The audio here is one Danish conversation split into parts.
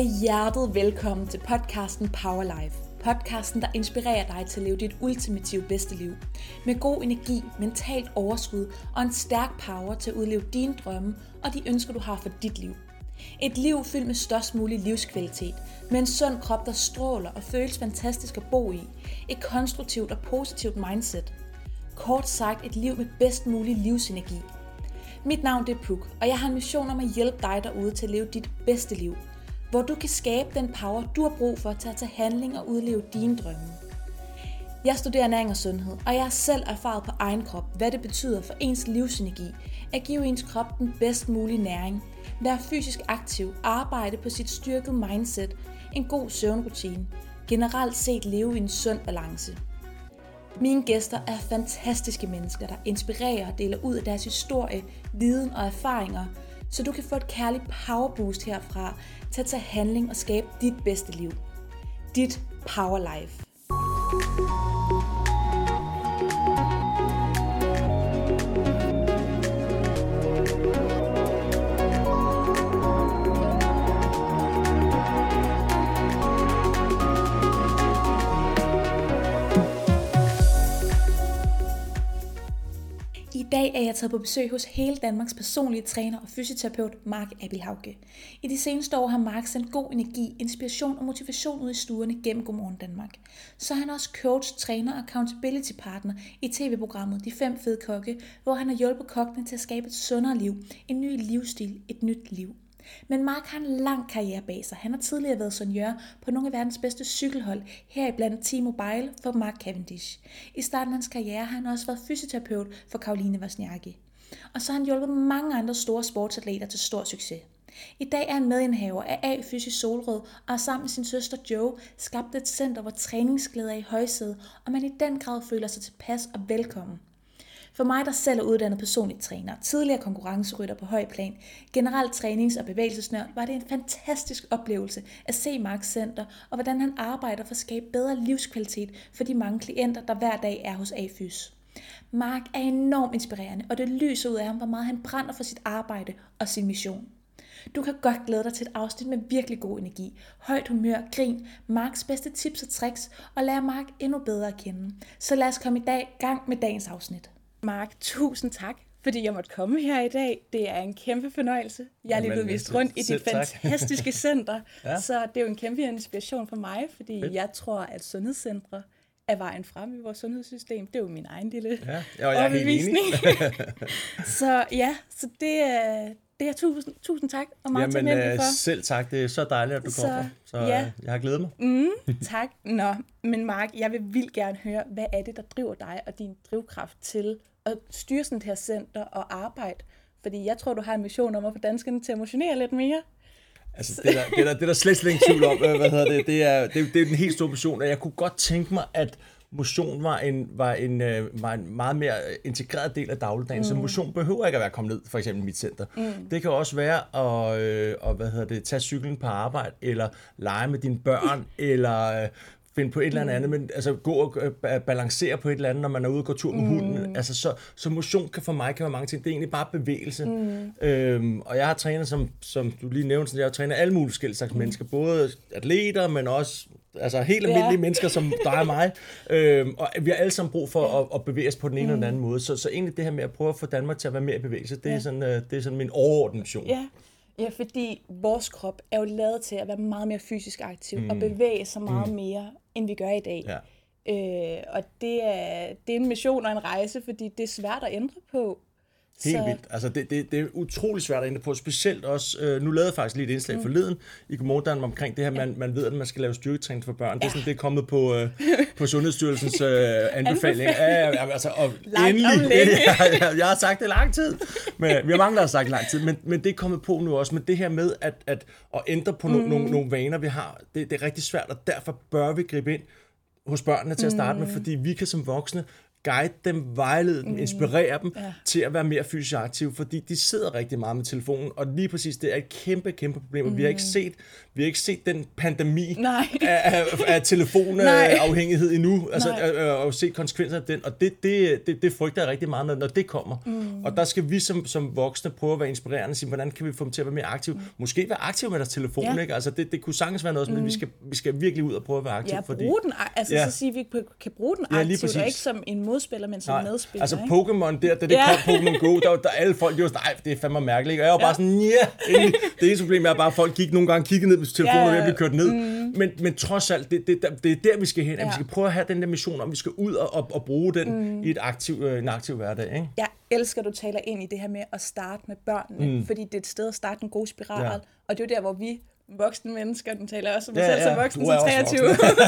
Af hjertet velkommen til podcasten Power Life. Podcasten, der inspirerer dig til at leve dit ultimative bedste liv. Med god energi, mentalt overskud og en stærk power til at udleve dine drømme og de ønsker, du har for dit liv. Et liv fyldt med størst mulig livskvalitet, med en sund krop, der stråler og føles fantastisk at bo i. Et konstruktivt og positivt mindset. Kort sagt et liv med bedst mulig livsenergi. Mit navn er Puk, og jeg har en mission om at hjælpe dig derude til at leve dit bedste liv. Hvor du kan skabe den power, du har brug for til at tage handling og udleve dine drømme. Jeg studerer ernæring og sundhed, og jeg har selv erfaret på egen krop, hvad det betyder for ens livsenergi at give ens krop den bedst mulige næring, være fysisk aktiv, arbejde på sit styrkede mindset, en god søvnrutine, generelt set leve i en sund balance. Mine gæster er fantastiske mennesker, der inspirerer og deler ud af deres historie, viden og erfaringer, så du kan få et kærligt powerboost herfra til at tage handling og skabe dit bedste liv. Dit Power Life. I dag er jeg taget på besøg hos hele Danmarks personlige træner og fysioterapeut Mark Abildhauge. I de seneste år har Mark sendt god energi, inspiration og motivation ud i stuerne gennem Godmorgen Danmark. Så er han også coach, træner og accountability partner i tv-programmet De 5 Fede Kokke, hvor han har hjulpet kokkene til at skabe et sundere liv, en ny livsstil, et nyt liv. Men Mark har en lang karriere bag sig. Han har tidligere været senior på nogle af verdens bedste cykelhold, heriblandt T-Mobile for Mark Cavendish. I starten af hans karriere har han også været fysioterapeut for Caroline Wozniacki. Og så har han hjulpet mange andre store sportsatleter til stor succes. I dag er han medindehaver af A-Fys i Solrød og har sammen med sin søster Joe skabt et center, hvor træningsglæde er i højsædet, og man i den grad føler sig tilpas og velkommen. For mig, der selv er uddannet personlig træner, tidligere konkurrencerytter på høj plan, generelt trænings- og bevægelsesnørd, var det en fantastisk oplevelse at se Marks center, og hvordan han arbejder for at skabe bedre livskvalitet for de mange klienter, der hver dag er hos A-Fys. Mark er enormt inspirerende, og det lyser ud af ham, hvor meget han brænder for sit arbejde og sin mission. Du kan godt glæde dig til et afsnit med virkelig god energi, højt humør, grin, Marks bedste tips og tricks, og lære Mark endnu bedre at kende. Så lad os komme i gang med dagens afsnit. Mark, tusind tak, fordi jeg måtte komme her i dag. Det er en kæmpe fornøjelse. Jeg er lige blevet vist rundt i dit fantastiske center, ja. Så det er jo en kæmpe inspiration for mig, fordi jeg tror, at sundhedscentre er vejen frem i vores sundhedssystem. Det er jo min egen lille overbevisning. Så det er tusind tak, og meget taknemmelig for. Selv tak, det er så dejligt, at du kommer. Så ja. Jeg har glædet mig. Tak. Men Mark, jeg vil vildt gerne høre, hvad er det, der driver dig og din drivkraft til at styre sådan et her center og arbejde? Fordi jeg tror, du har en mission om at få danskerne til at motionere lidt mere. Altså, det er der slet ingen tvivl om. Det er den helt store mission, og jeg kunne godt tænke mig, at motion var en meget mere integreret del af dagligdagen, så motion behøver ikke at være kommet ned, for eksempel i mit center. Det kan også være at tage cyklen på arbejde, eller lege med dine børn, eller finde på et eller andet, men altså gå og balancere på et eller andet, når man er ude og gå tur med hunden. Altså, så motion kan for mig være mange ting. Det er egentlig bare bevægelse. Og jeg har trænet, som du lige nævnte, jeg har trænet alle mulige forskellige slags mennesker, både atleter, men også altså helt almindelige mennesker, som dig og mig. Og vi har alle sammen brug for at bevæge os på den ene eller den anden måde. Så egentlig det her med at prøve at få Danmark til at være mere i bevægelse, det er sådan min overordnede mission. Ja, fordi vores krop er jo lavet til at være meget mere fysisk aktiv og bevæge sig meget mere, end vi gør i dag. Ja. Og det er en mission og en rejse, fordi det er svært at ændre på. Helt vildt. Altså det er utrolig svært at ændre på, specielt også, nu lavede jeg faktisk lige et indslag forleden i Godmorgen Danmark omkring det her, man ved, at man skal lave styrketræning for børn. Det er sådan, det er kommet på Sundhedsstyrelsens anbefaling. Og endelig, jeg har sagt det lang tid, men vi har mange, der har sagt lang tid, men det er kommet på nu også, men det her med at ændre på nogle vaner, vi har, det er rigtig svært, og derfor bør vi gribe ind hos børnene til at starte med, fordi vi kan som voksne guide dem, vejlede dem, inspirere dem til at være mere fysisk aktive, fordi de sidder rigtig meget med telefonen, og lige præcis det er et kæmpe problem, og vi har ikke set den pandemi af telefonafhængighed endnu, altså og set konsekvenser af den, og det frygter jeg rigtig meget, når det kommer. Og der skal vi som voksne prøve at være inspirerende og sige, hvordan kan vi få dem til at være mere aktive? Måske være aktive med deres telefon, ikke? Altså det kunne sagtens være noget, men vi skal virkelig ud og prøve at være aktive. Ja, bruge den, så sige, vi kan bruge den aktivt, og ikke som en modspiller, men som medspiller. Altså Pokémon da det kom Pokémon Go, der alle folk, de var sådan, det er fandme mærkeligt, og jeg var bare sådan, det eneste problem er bare, at folk nogle gange kiggede ned på telefonen, og ved at blive kørt ned. Men trods alt, det er der, vi skal hen, at vi skal prøve at have den der mission, om vi skal ud og bruge den i en aktiv hverdag, ikke? Jeg elsker, at du taler ind i det her med at starte med børnene, fordi det er et sted at starte en god spiral, og det er jo der, hvor vi voksne mennesker, den taler også om mig selv som voksen, som 23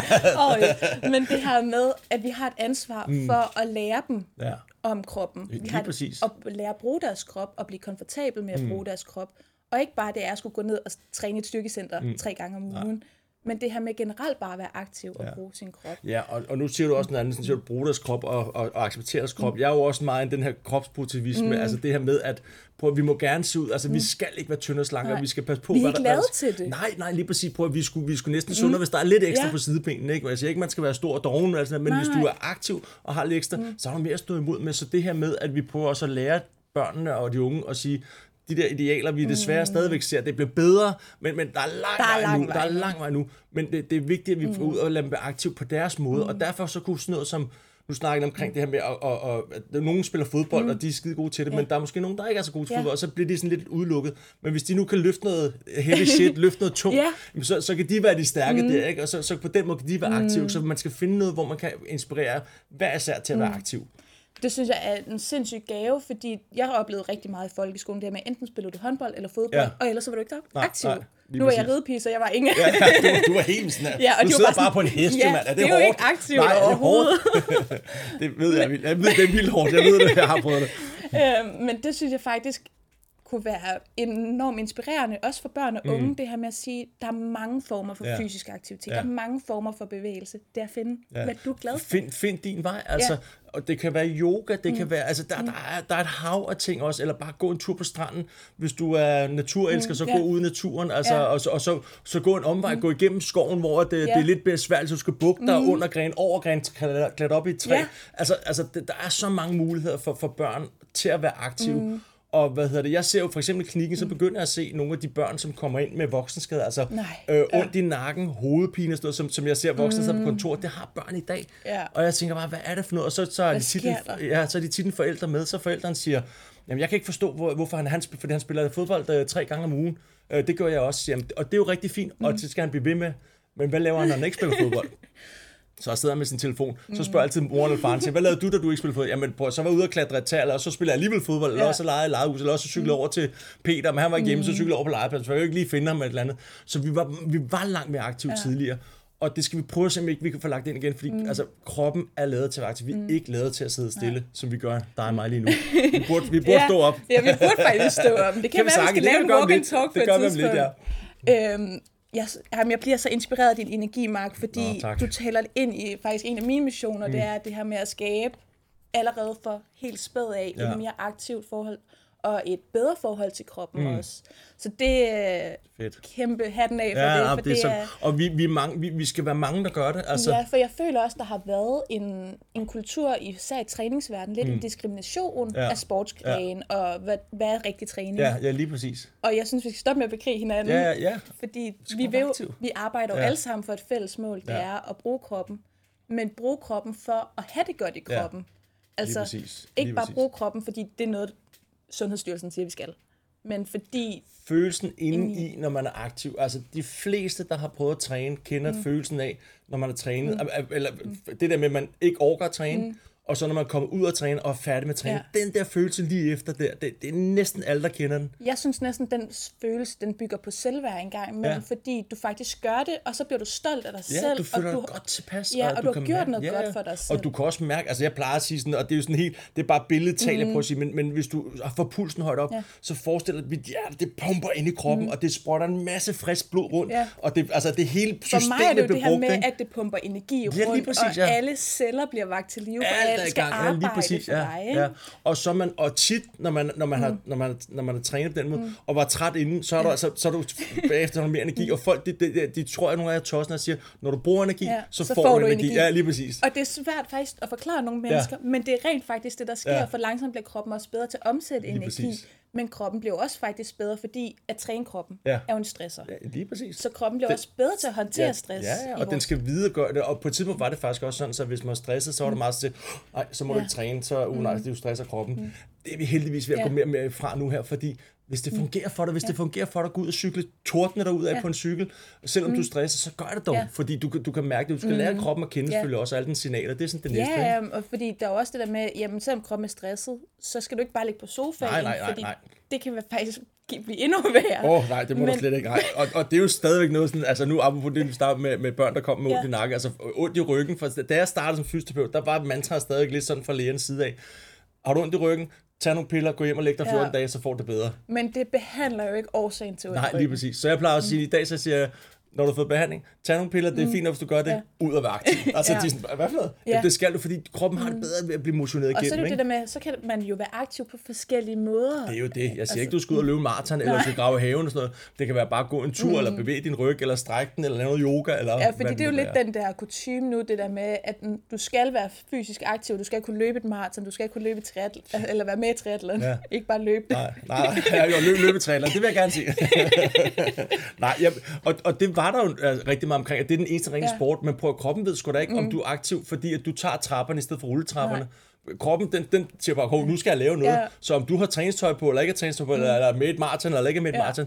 år. Men det her med, at vi har et ansvar for at lære dem om kroppen. Vi har at lære at bruge deres krop, og blive komfortabel med at bruge deres krop. Og ikke bare det er at skulle gå ned og træne i et styrkecenter 3 gange om ugen. Men det her med generelt bare at være aktiv og bruge sin krop. Ja, og nu siger du også noget andet, sådan siger du bruge deres krop og acceptere deres krop. Jeg er jo også meget i den her kropspositivisme, altså det her med, at vi må gerne se ud, altså vi skal ikke være tynde og slanke, vi skal passe på. Vi er ikke lavet til det. Nej, lige præcis. Vi skulle næsten sundere, hvis der er lidt ekstra på sidebenene, ikke? Jeg siger ikke, man skal være stor og doven, altså, men hvis du er aktiv og har lidt ekstra, så har du mere at stå imod med. Så det her med, at vi prøver også at lære børnene og de unge at sige, de der idealer, vi desværre stadigvæk ser, det bliver bedre, men der er lang vej nu. Men det er vigtigt, at vi får ud og lade dem være aktive på deres måde, og derfor så kunne sådan noget som, nu snakker omkring det her med, at nogen spiller fodbold, og de er skide gode til det, men der er måske nogen, der ikke er så gode til fodbold, og så bliver de sådan lidt udelukket. Men hvis de nu kan løfte noget heavy shit, løfte noget tungt, så kan de være de stærke der, ikke? Og så på den måde kan de være aktive, så man skal finde noget, hvor man kan inspirere hver især til at være aktiv. Det synes jeg er en sindssyg gave, fordi jeg har oplevet rigtig meget i folkeskolen, det her med, enten spiller du håndbold eller fodbold, og ellers så var du ikke aktiv. Nu er jeg ridepige, så jeg var ingen. Du var helt sådan her. Du sidder bare på en hest, mand. Er det er jo ikke aktivt overhovedet. Det ved jeg. Jeg ved, det er vildt hårdt. Jeg ved det, jeg har prøvet det. Men det synes jeg faktisk kunne være enormt inspirerende, også for børn og unge, det her med at sige, at der er mange former for fysisk aktivitet, der er mange former for bevægelse. Det er at finde, hvad du er glad for. Find din vej, altså. Og det kan være yoga, det kan være, altså der er et hav af ting også, eller bare gå en tur på stranden. Hvis du er naturelsker, så gå ud i naturen, altså, og så gå en omvej, gå igennem skoven, hvor det er lidt besværligt, så du skal bukke dig under gren, over gren, klatre op i et træ. Altså der er så mange muligheder for børn til at være aktive. Og jeg ser jo for eksempel i klinikken, så begynder jeg at se nogle af de børn, som kommer ind med voksenskader, altså ondt i nakken, hovedpine og sådan noget, som jeg ser voksne sidder på kontor, det har børn i dag. Og jeg tænker bare, hvad er det for noget? Og så er de tit en forældre med, så forældrene siger, jamen jeg kan ikke forstå, hvorfor fordi han spiller fodbold 3 gange om ugen. Det gør jeg også, siger, og det er jo rigtig fint, og det skal han blive ved med. Men hvad laver han, når han ikke spiller fodbold? Så sidder han med sin telefon, så spørger altid moren eller faren til, hvad lavede du, da du ikke spillede fodbold? Jamen, så var jeg ude og klatre et tag, og så spiller jeg alligevel fodbold, eller også lege i legehus, eller også cykle over til Peter, men han var ikke hjemme, så cyklede over på legepladsen, for jeg kunne ikke lige finde ham med et eller andet. Så vi var langt mere aktive tidligere, og det skal vi prøve at se, om vi kan få lagt ind igen, fordi altså, kroppen er lavet til at være aktiv. Vi er ikke lavet til at sidde stille, som vi gør dig og mig lige nu. Vi burde stå op. Ja, vi burde faktisk stå op. Det kan være, vi skal lave en walk and talk på et tidspunkt. Jeg bliver så inspireret af din energi, Mark, fordi du taler ind i faktisk en af mine missioner, det er det her med at skabe allerede for helt spæd af et mere aktivt forhold og et bedre forhold til kroppen også. Så det er kæmpe hatten af for det. For det er, og vi skal være mange, der gør det. Altså. Ja, for jeg føler også, der har været en kultur, især i træningsverdenen, lidt en diskrimination af sportsgren, og hvad er rigtig træning. Ja, lige præcis. Og jeg synes, vi skal stoppe med at bekrige hinanden. Ja. Fordi vi arbejder jo alle sammen for et fælles mål, det er at bruge kroppen. Men bruge kroppen for at have det godt i kroppen. Altså ikke bare bruge kroppen, fordi det er noget, Sundhedsstyrelsen siger, vi skal. Men fordi følelsen indeni, når man er aktiv. Altså de fleste, der har prøvet at træne, kender følelsen af, når man er trænet. Eller det der med, at man ikke orker at træne. Og så når man kommer ud og træne og er færdig med træning, den der følelse lige efter det er næsten alle, der kender den. Jeg synes næsten, den følelse, den bygger på selvværd en gang imellem, fordi du faktisk gør det, og så bliver du stolt af dig selv. Du føler dig godt tilpas. Ja, og du har gjort noget godt for dig selv. Og du kan også mærke, altså jeg plejer at sige sådan, og det er jo sådan helt, det er bare billedtal, jeg prøver at sige, men hvis du får pulsen højt op, så forestil dig, at dit hjerte, det pumper ind i kroppen, og det sprøjter en masse frisk blod rundt, og det, altså det hele systemet bliver brugt. For mig er det jo det her med, at det pumper energi rundt, og alle celler bliver vagt til live, for skal arbejde for dig. Ikke? Ja. Og så man og tit når man har trænet på den måde og var træt inden, så er du så er du bagefter mere energi, og folk de tror at nogle af jer tosser siger, når du bruger energi, så får du energi. Ja, lige præcis. Og det er svært faktisk at forklare nogle mennesker, men det er rent faktisk det der sker, for langsomt bliver kroppen også bedre til at omsætte energi. Præcis. Men kroppen bliver også faktisk bedre, fordi at træne kroppen er jo en stresser. Ja, lige præcis. Så kroppen bliver også bedre til at håndtere stress. Ja, og den skal vide gøre det. Og på et tidspunkt var det faktisk også sådan, så hvis man er stresset, så var det meget til, nej, så må du ikke træne, så nej, det er jo stress af kroppen. Det er vi heldigvis ved at gå mere og mere fra nu her, fordi hvis det fungerer for dig, hvis det fungerer for dig at gå ud og cykle, tordne dig ud af på en cykel, selvom du er stresset, så gør det dog, fordi du kan mærke det. Du skal lære kroppen at kende selvfølgelig også alle dine signaler. Det er sådan det næste. Ja, og fordi der er også det der med, jamen selvom kroppen er stresset, så skal du ikke bare ligge på sofaen, fordi det kan faktisk blive endnu værre. Nej, det må du slet ikke. Og det er jo stadigvæk noget sådan, altså nu apropos det, vi starter med børn, der kommer med ondt i nakken, altså ondt i ryggen, for da jeg startede som fysioterapeut, der var mantraet stadig lidt sådan fra lægernes side af. Har du ondt i ryggen? Tag nogle piller, gå hjem og læg dig 14 dage, så får det bedre. Men det behandler jo ikke årsagen til ondt i ryggen. Nej, lige præcis. Så jeg plejer at sige, i dag så siger jeg, når du har fået behandling, tag nogle piller, det er fint, hvis du gør det, ud og være aktiv. Altså, de sådan, hvad for noget? Ja. Det skal du, fordi kroppen har det bedre ved at blive motioneret igennem. Og så er det det der med, så kan man jo være aktiv på forskellige måder. Det er jo det. Jeg siger ikke, du skal ud og løbe maraton, eller du skal grave i haven og sådan noget. Det kan være bare at gå en tur, eller bevæge din ryg, eller strække den, eller lave noget yoga. Eller ja, fordi det er jo lidt den der kutyme nu, det der med, at du skal være fysisk aktiv, du skal kunne løbe et maraton, du skal kunne løbe eller være med i triathlon, ikke bare løbe det. Nej, løbe triathlon, det vil jeg gerne sige. Nej, og det var der jo rigtig meget omkring, at det er den eneste ringe sport, men prøv, kroppen ved sgu da ikke, om du er aktiv, fordi at du tager trapperne i stedet for rulletrapperne. Kroppen, den siger bare, nu skal jeg lave noget. Så om du har træningstøj på, eller ikke har træningstøj på, eller med et maraton, eller ikke med et maraton.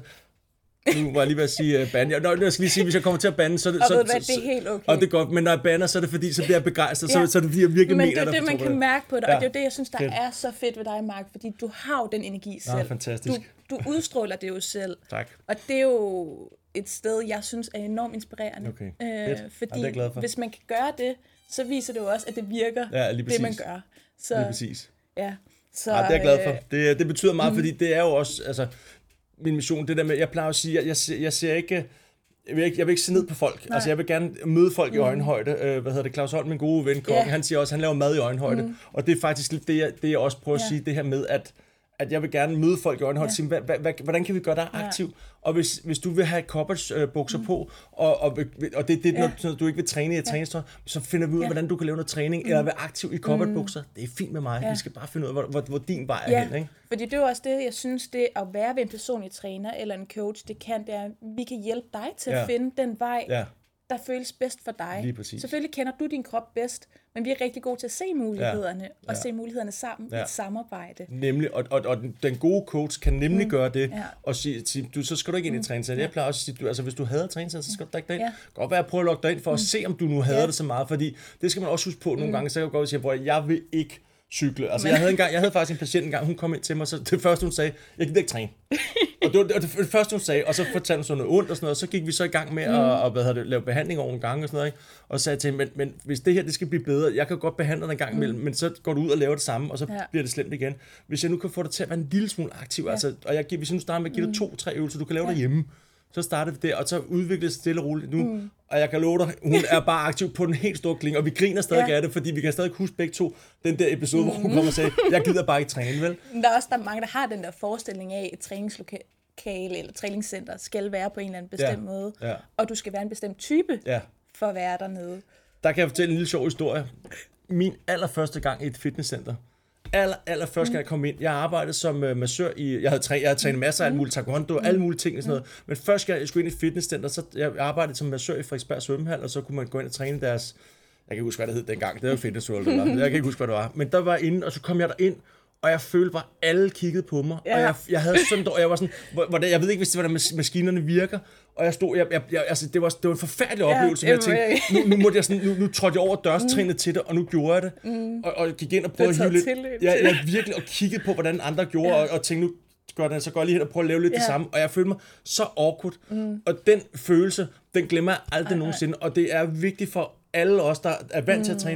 Nu var jeg lige ved at sige bande. Jeg skal lige sige, hvis jeg kommer til at bande, så er det... Og ved hvad, det er helt okay. Og det er godt, men når jeg bander, så er det fordi, så bliver jeg begejstret, så det bliver virkelig mener. Men det er det, man kan mærke på dig, og det er jo det, jeg synes, der er så fedt ved dig, Mark, fordi du har jo den energi selv. Fantastisk. Du udstråler det jo selv. Tak. Og det er jo et sted, jeg synes er enormt inspirerende. Okay. Fordi det er glad for. Hvis man kan gøre det, så viser det jo også, at det virker, det man gør. Så, lige præcis. Ja. Så, det er jeg glad for. Det betyder meget, fordi det er jo også, altså, min mission, det der med, jeg plejer at sige, jeg ser ikke, jeg vil ikke se ned på folk. Altså, jeg vil gerne møde folk i øjenhøjde. Claus Holm, min gode ven, kokken, han siger også, han laver mad i øjenhøjde. Og det er faktisk lidt det jeg også prøver at sige, det her med, at jeg vil gerne møde folk i øjenhøjde og sige, hvordan kan vi gøre dig aktiv? Og hvis du vil have cupboards-bukser på, og det er noget, du ikke vil træne i et træningstøj, så finder vi ud af, hvordan du kan lave noget træning, eller være aktiv i cupboard-bukser. Det er fint med mig. Vi skal bare finde ud af, hvor din vej er hen. Ikke? Fordi det er jo også det, jeg synes, det at være ved en personlig træner eller en coach, det er, vi kan hjælpe dig til at finde den vej, der føles bedst for dig. Selvfølgelig kender du din krop bedst, men vi er rigtig gode til at se mulighederne, og se mulighederne sammen i et samarbejde. Nemlig, og den gode coach kan nemlig gøre det, og sige, så skal du ikke ind i træningscenter. Jeg plejer også at sige, altså hvis du hader træningscenter, så skal du ikke derind. Godt være at prøve at logge dig ind, for at se, om du nu hader det så meget, fordi det skal man også huske på nogle gange, så kan jeg godt sige, at jeg vil ikke cykle. Altså, jeg havde faktisk en patient engang, hun kom ind til mig, så det første hun sagde, jeg gider ikke træne. Og det var det første hun sagde, og så fortalte hun sådan noget ondt og sådan noget, og så gik vi så i gang med at lave behandling over en gang og sådan noget, ikke? Og sagde til hende, men hvis det her det skal blive bedre, jeg kan godt behandle dig en gang imellem, men så går du ud og laver det samme, og så bliver det slemt igen. Hvis jeg nu kan få dig til at være en lille smule aktiv, altså, og hvis jeg nu starter med at give dig 2-3 øvelser, du kan lave derhjemme, så starter vi der, og så udvikler det stille og roligt nu. Og jeg kan love dig, hun er bare aktiv på den helt store klinge, og vi griner stadig af det, fordi vi kan stadig huske begge to den der episode, hvor hun kommer og sagde, jeg gider bare ikke træne, vel? Der er også mange, der har den der forestilling af, et træningslokale eller træningscenter skal være på en eller anden bestemt måde, og du skal være en bestemt type for at være dernede. Der kan jeg fortælle en lille sjov historie. Min allerførste gang i et fitnesscenter, allerførst gang jeg kom ind, jeg arbejdede som massør jeg havde trænet masser af alt muligt, taekwondo, alle mulige ting og sådan noget, men først gang jeg skulle ind i et fitnesscenter, så jeg arbejdede som massør i Frederiksberg svømmehal, og så kunne man gå ind og træne deres, jeg kan ikke huske, hvad det hed dengang, det var Fitness World, jeg kan ikke huske, hvad det var, men der var inde, og så kom jeg derind, og jeg følte bare, alle kiggede på mig, og jeg havde sådan, og jeg var sådan, jeg ved ikke, hvis det var, der maskinerne virker, og jeg stod, altså, det var en forfærdelig oplevelse, men jeg tænkte, nu måtte jeg sådan, nu trådte jeg over dørstrinnet til det, og nu gjorde jeg det, og gik ind og prøvede at hive lidt, jeg virkelig, og kiggede på, hvordan andre gjorde, og tænkte, nu gør det, så går jeg lige hen og prøver at lave lidt det samme, og jeg følte mig så awkward, og den følelse, den glemmer jeg aldrig nogensinde, og det er vigtigt for alle os, der er vant til at træne nu,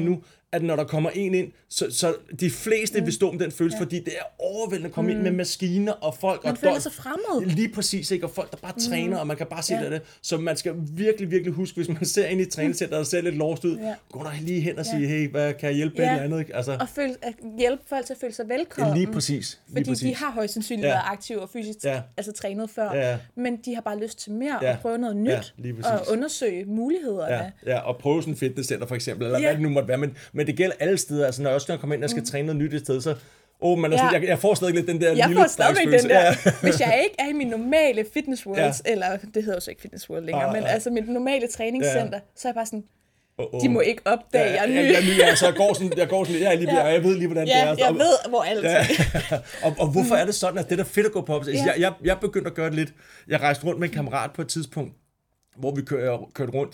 at når der kommer en ind, så de fleste vil stå med den følelse, fordi det er overvældende at komme ind med maskiner og folk. Man føler sig fremmed. Lige præcis, ikke? Og folk, der bare træner, og man kan bare se det. Så man skal virkelig, virkelig huske, hvis man ser ind i et træningscenter, og ser lidt låst ud, gå der lige hen og sige, hey, hvad kan jeg hjælpe med eller andet? Ikke? Altså, og at hjælpe folk til at føle sig velkommen. Lige præcis. Fordi de har højst sandsynligt været aktive og fysisk trænet før, men de har bare lyst til mere og prøve noget nyt og undersøge mulighederne. Ja, og prøve sådan en fitnesscenter for eksempel, eller hvad det nu måtte være. Men det gælder alle steder. Altså, når jeg kommer ind og skal træne noget nyt et sted, så man er sådan, jeg får stadig lidt den der lille Jeg får stadigvæk den der. Hvis jeg ikke er i min normale Fitness World, eller det hedder jo så ikke Fitness World længere, men altså mit normale træningscenter, så er jeg bare sådan, de må ikke opdage, jeg er ny. Jeg er ny, altså jeg går sådan, og jeg ved lige, hvordan det er. Jeg ved, hvor alt er. Og hvorfor er det sådan, at det er fedt at gå på op? Jeg begyndte at gøre det lidt. Jeg rejste rundt med en kammerat på et tidspunkt, hvor vi kørte rundt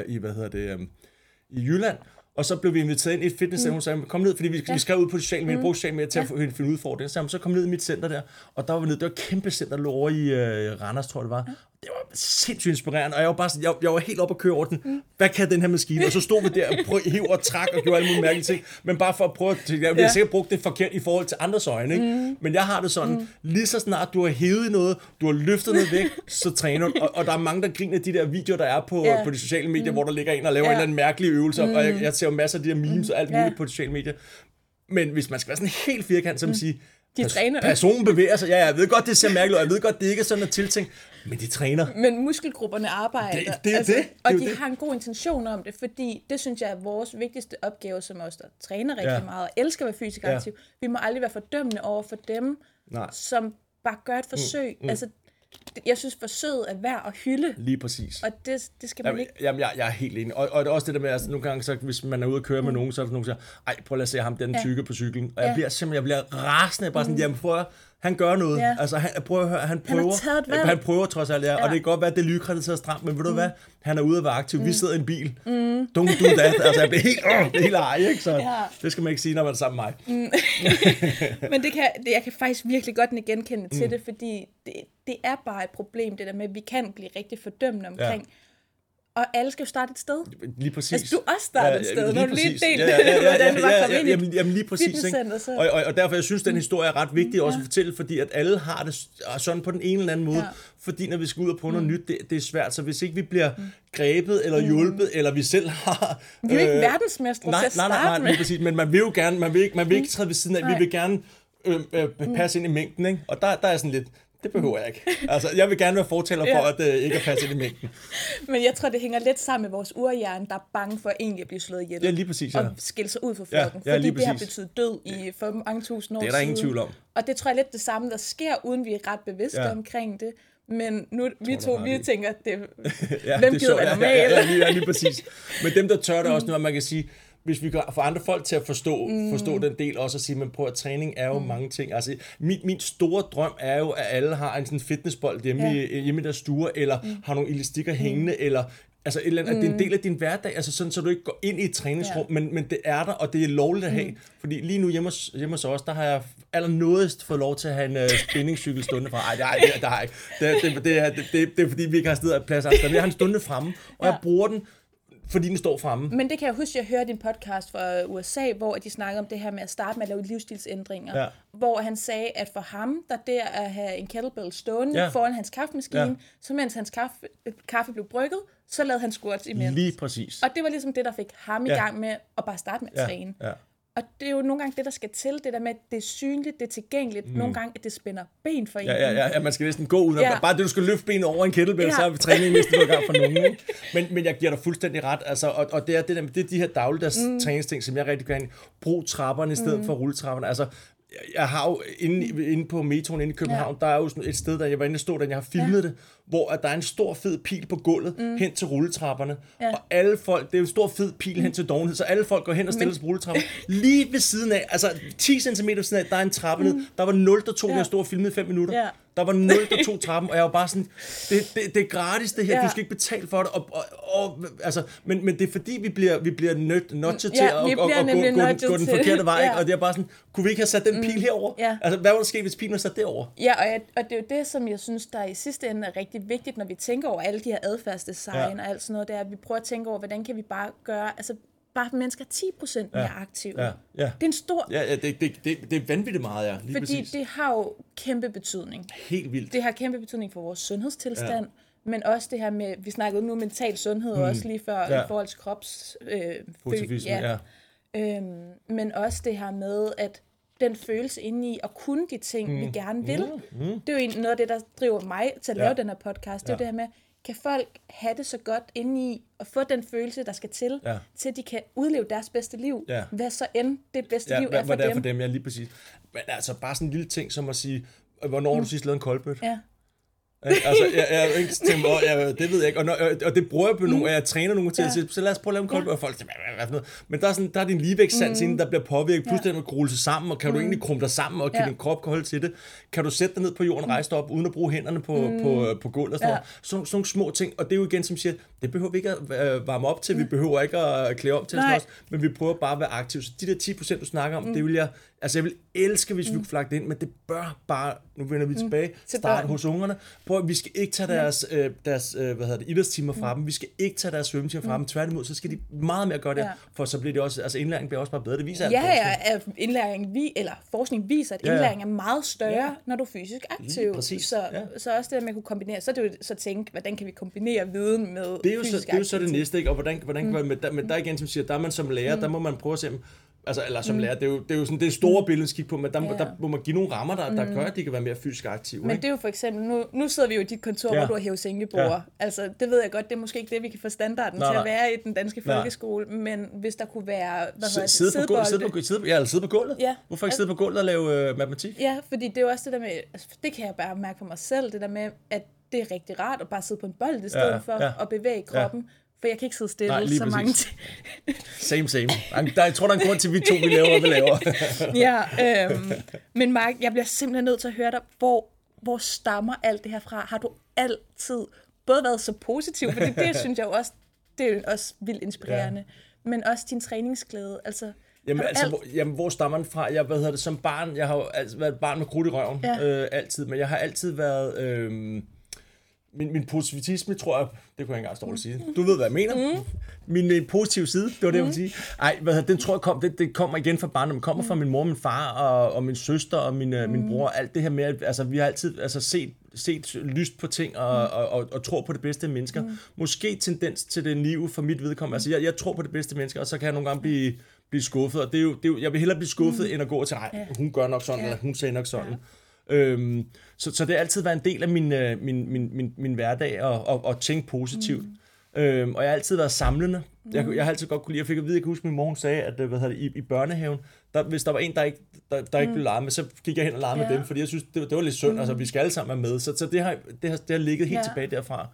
i Jylland, og så blev vi inviteret ind i et fitnesscenter, hun sagde, kom ned, fordi vi skrev ud på sociale medier, brugte sociale medier til at finde udfordringer. Så kom ned i mit center der, og der var vi nede, det var et kæmpe center, der lå over i Randers, tror jeg det var. Det var sindssygt inspirerende, og jeg var bare sådan, jeg var helt oppe at køre over den. Hvad kan den her maskine? Og så stod vi der og hæv og trak og gjorde alle mulige mærkelige ting. Men bare for at prøve at jeg har sikkert brugt det forkert i forhold til andres øjne, ikke? Men jeg har det sådan, lige så snart du har hævet i noget, du har løftet noget væk, så træner du. Og der er mange, der griner de der videoer, der er på de sociale medier, hvor der ligger en og laver en eller anden mærkelig øvelse. Og jeg ser jo masser af de der memes og alt muligt på de sociale medier. Men hvis man skal være sådan helt firkant, så man sige, personen bevæger sig. Ja, jeg ved godt, det ser mærkeligt ud, jeg ved godt, det ikke er sådan noget tiltænkt, men de træner. Men muskelgrupperne arbejder. Og de har en god intention om det, fordi det synes jeg er vores vigtigste opgave, som os, der træner rigtig meget og elsker at være fysisk aktiv. Vi må aldrig være fordømmende over for dem, som bare gør et forsøg. Altså, jeg synes, forsøget er værd at hylde. Lige præcis. Og det skal man ikke... Jamen, jeg er helt enig. Og det er også det der med, altså, nogle gange, så, hvis man er ude at køre med nogen, så er der nogen, der siger, ej, prøv at se ham, den tykke på cyklen. Og jeg bliver rasende. Bare sådan, jamen, prøv at han gør noget. Ja. Altså, han prøver trods alt, og det kan godt være, at det lykker, det sidder stramt, men ved du hvad? Han er ude at være aktiv. Vi sidder i en bil. Don't do that. Altså, jeg bliver helt ej, ikke? Så det skal man ikke sige, når man er sammen med mig. Men jeg kan faktisk virkelig godt genkende til det, fordi det er bare et problem, det der med, at vi kan blive rigtig fordømmende omkring. Og alle skal jo starte et sted. Lige præcis. Altså, du også startede et sted, når du lige delte, hvordan du var kommet ind i jamen lige præcis. Og derfor, jeg synes, den historie er ret vigtig også at fortælle, fordi at alle har det sådan på den ene eller anden måde. Fordi når vi skal ud og prøve noget nyt, det er svært. Så hvis ikke vi bliver grebet eller hjulpet, eller vi selv har... Vi er jo ikke verdensmestre til at starte med. Lige præcis. Men man vil jo gerne, man vil ikke træde ved siden af. Vi vil gerne passe ind i mængden, ikke? Og der er sådan lidt... Det behøver jeg ikke. Altså, jeg vil gerne være fortæller for, at det ikke er passe ind i mængden. Men jeg tror, det hænger lidt sammen med vores urhjerne, der er bange for egentlig at blive slået ihjel. Ja, lige præcis, og skille sig ud fra flokken. Fordi det har betydet død for mange tusind år siden. Det er der ingen tvivl om. Og det tror jeg lidt det samme, der sker, uden vi er ret bevidste omkring det. Men nu, vi tænker, at det, hvem gider være normalt? Ja, lige præcis. Men dem, der tør det også nu, at man kan sige, hvis vi får andre folk til at forstå den del også, at sige, men prøv at træning er jo mange ting. Altså, min store drøm er jo, at alle har en sådan fitnessbold hjemme i deres stue, eller har nogle elastikker hængende, eller altså et eller andet, at det er en del af din hverdag, altså sådan, så du ikke går ind i et træningsrum, men det er der, og det er lovligt at have. Fordi lige nu hjemme hos os, der har jeg allernådigst fået lov til at have en spændingscykel stående fra. Ej, det har jeg ikke. Det er fordi, vi ikke har sted af plads. Altså, jeg har en stående fremme, og jeg bruger den, fordi den står fremme. Men det kan jeg huske, jeg hørte en podcast fra USA, hvor de snakkede om det her med at starte med at lave livsstilsændringer. Hvor han sagde, at for ham, der at have en kettlebell stående foran hans kaffemaskine, så mens hans kaffe blev brygget, så lavede han squats imens. Lige præcis. Og det var ligesom det, der fik ham i gang med at bare starte med at træne. Og det er jo nogle gange det, der skal til, det der med, at det er synligt, det er tilgængeligt. Nogle gange, at det spænder ben for en. Ja, man skal næsten gå ud. Bare det, du skal løfte benet over en kettlebell, så er vi træningen næsten i gang for nogen. Ikke? Men jeg giver dig fuldstændig ret. Altså, og det er de her dagligdags træningsting, som jeg rigtig gerne brug trapperne i stedet for rulletrapperne. Altså, jeg har jo inde på metroen inde i København, der er jo sådan et sted, der jeg var inde og stod, der jeg har filmet det, hvor at der er en stor fed pil på gulvet hen til rulletrapperne. Og alle folk, det er jo en stor fed pil hen til dovenhed, så alle folk går hen og stiller sig på rulletrappen. Lige ved siden af, altså 10 cm ved siden af, der er en trappe ned. Der var 0, der tog, jeg stod og filmede i 5 minutter. Der var 0, der tog trappen, og jeg var bare sådan, det er gratis det her, du skal ikke betale for det. Altså, men det er fordi, vi bliver nudget til at gå den forkerte vej, og det er bare sådan, kunne vi ikke have sat den pil herover? Altså, hvad var der sket, hvis pilen var sat derover? Ja, og det er jo det, som jeg synes, der i sidste ende er rigtig vigtigt, når vi tænker over alle de her adfærdsdesign og alt sådan noget, det er, at vi prøver at tænke over, hvordan kan vi bare gøre, altså bare mennesker 10% mere aktive. Ja. Det er en stor... Ja, det er vanvittigt meget, ja. Lige fordi præcis. det har jo kæmpe betydning. Helt vildt. Det har kæmpe betydning for vores sundhedstilstand, men også det her med, vi snakkede nu mental sundhed også lige før, i forhold til positivisme, men også det her med, at den følelse inde i at kunne de ting, vi gerne vil. Det er jo egentlig noget af det, der driver mig til at lave den her podcast. Det er jo det her med, kan folk have det så godt inde i at få den følelse, der skal til, til at de kan udleve deres bedste liv. Hvad så end det bedste liv er for dem. Hvad det er for dem, ja, lige præcis. Men altså bare sådan en lille ting som at sige, hvornår har du sidst lavet en koldbøtte? Ja. Altså, jeg ikke tænkt, det ved jeg ikke, og det bruger jeg på nogle, og jeg træner nogle til at sige, så lad os prøve at lave en koldbøtte, og folk siger, hvad for noget? Men der er din ligevægtssans inden, der bliver påvirket, pludselig at rulle sig sammen, og kan du egentlig krumme dig sammen, og kan din krop holde til det? Kan du sætte dig ned på jorden, rejse dig op, uden at bruge hænderne på gulvet og sådan noget? Sådan nogle små ting, og det er jo igen, som siger, det behøver vi ikke at varme op til, vi behøver ikke at klæde om til os, men vi prøver bare at være aktive. Så de der 10%, du snakker om, det vil jeg... Altså, jeg vil elske, hvis vi kunne flagge det ind, men det bør bare, nu vender vi tilbage, starte hos ungerne. Prøv at vi skal ikke tage deres idrætstimer fra dem, vi skal ikke tage deres svømmetimer fra dem, tværtimod, så skal de meget mere gøre det, for så bliver det også, altså indlæring bliver også bare bedre, det viser forskning viser, at indlæring er meget større, når du er fysisk aktiv. Så også det, at man kunne kombinere, så er det jo så tænke, hvordan kan vi kombinere viden med fysisk aktivitet? Det er jo så det næste, ikke? Og hvordan kan men der igen, som siger, der er man som lærer, der må man prøve at se, altså, eller som lærer, det er jo sådan det store billede, at kigge på, men der må man give nogle rammer, der gør, at de kan være mere fysisk aktive. Men det er jo for eksempel, nu sidder vi jo i dit kontor, hvor du har hævet sængebord. Altså, det ved jeg godt, det er måske ikke det, vi kan få standarden til at være i den danske folkeskole, men hvis der kunne være, sidde på gulvet. Ja. Hvorfor ikke sidde på gulvet og lave matematik? Ja, fordi det er jo også det der med, altså, det kan jeg bare mærke på mig selv, det der med, at det er rigtig rart at bare sidde på en bold i stedet for at bevæge kroppen. For jeg kan ikke sidde stille så mange ting. Same. Jeg tror, der er en grund til, at vi to vi laver. Men Mark, jeg bliver simpelthen nødt til at høre dig, hvor stammer alt det her fra? Har du altid både været så positiv, fordi det synes jeg jo også, det er jo også vildt inspirerende, men også din træningsglæde, altså... Jamen, hvor stammer den fra? Jeg, som barn, jeg har jo altid været et barn med krudt i røven, altid, men jeg har altid været... Min positivisme, tror jeg, det kunne jeg ikke engang stå at sige. Du ved, hvad jeg mener. Min positive side, det var det, jeg ville sige. Den tror jeg det kommer igen fra barnet. Den kommer fra min mor, min far og min søster og min bror. Alt det her med, altså vi har altid set lyst på ting og tror på det bedste mennesker. Måske tendens til det liv for mit vedkommende. Altså jeg tror på det bedste mennesker, og så kan jeg nogle gange blive skuffet. Og det er jo, jeg vil hellere blive skuffet, end at gå til, hun gør nok sådan, eller hun sagde nok sådan. Så det har altid været en del af min hverdag at tænke positivt. Og jeg har altid været samlende. Jeg har altid godt kunne lide, jeg kan huske, min mor hun sagde, at i børnehaven, hvis der var en, der ikke blev leget med, så gik jeg hen og legede med dem, fordi jeg synes, det var lidt synd, altså vi skal alle sammen være med. Så det har ligget helt tilbage derfra.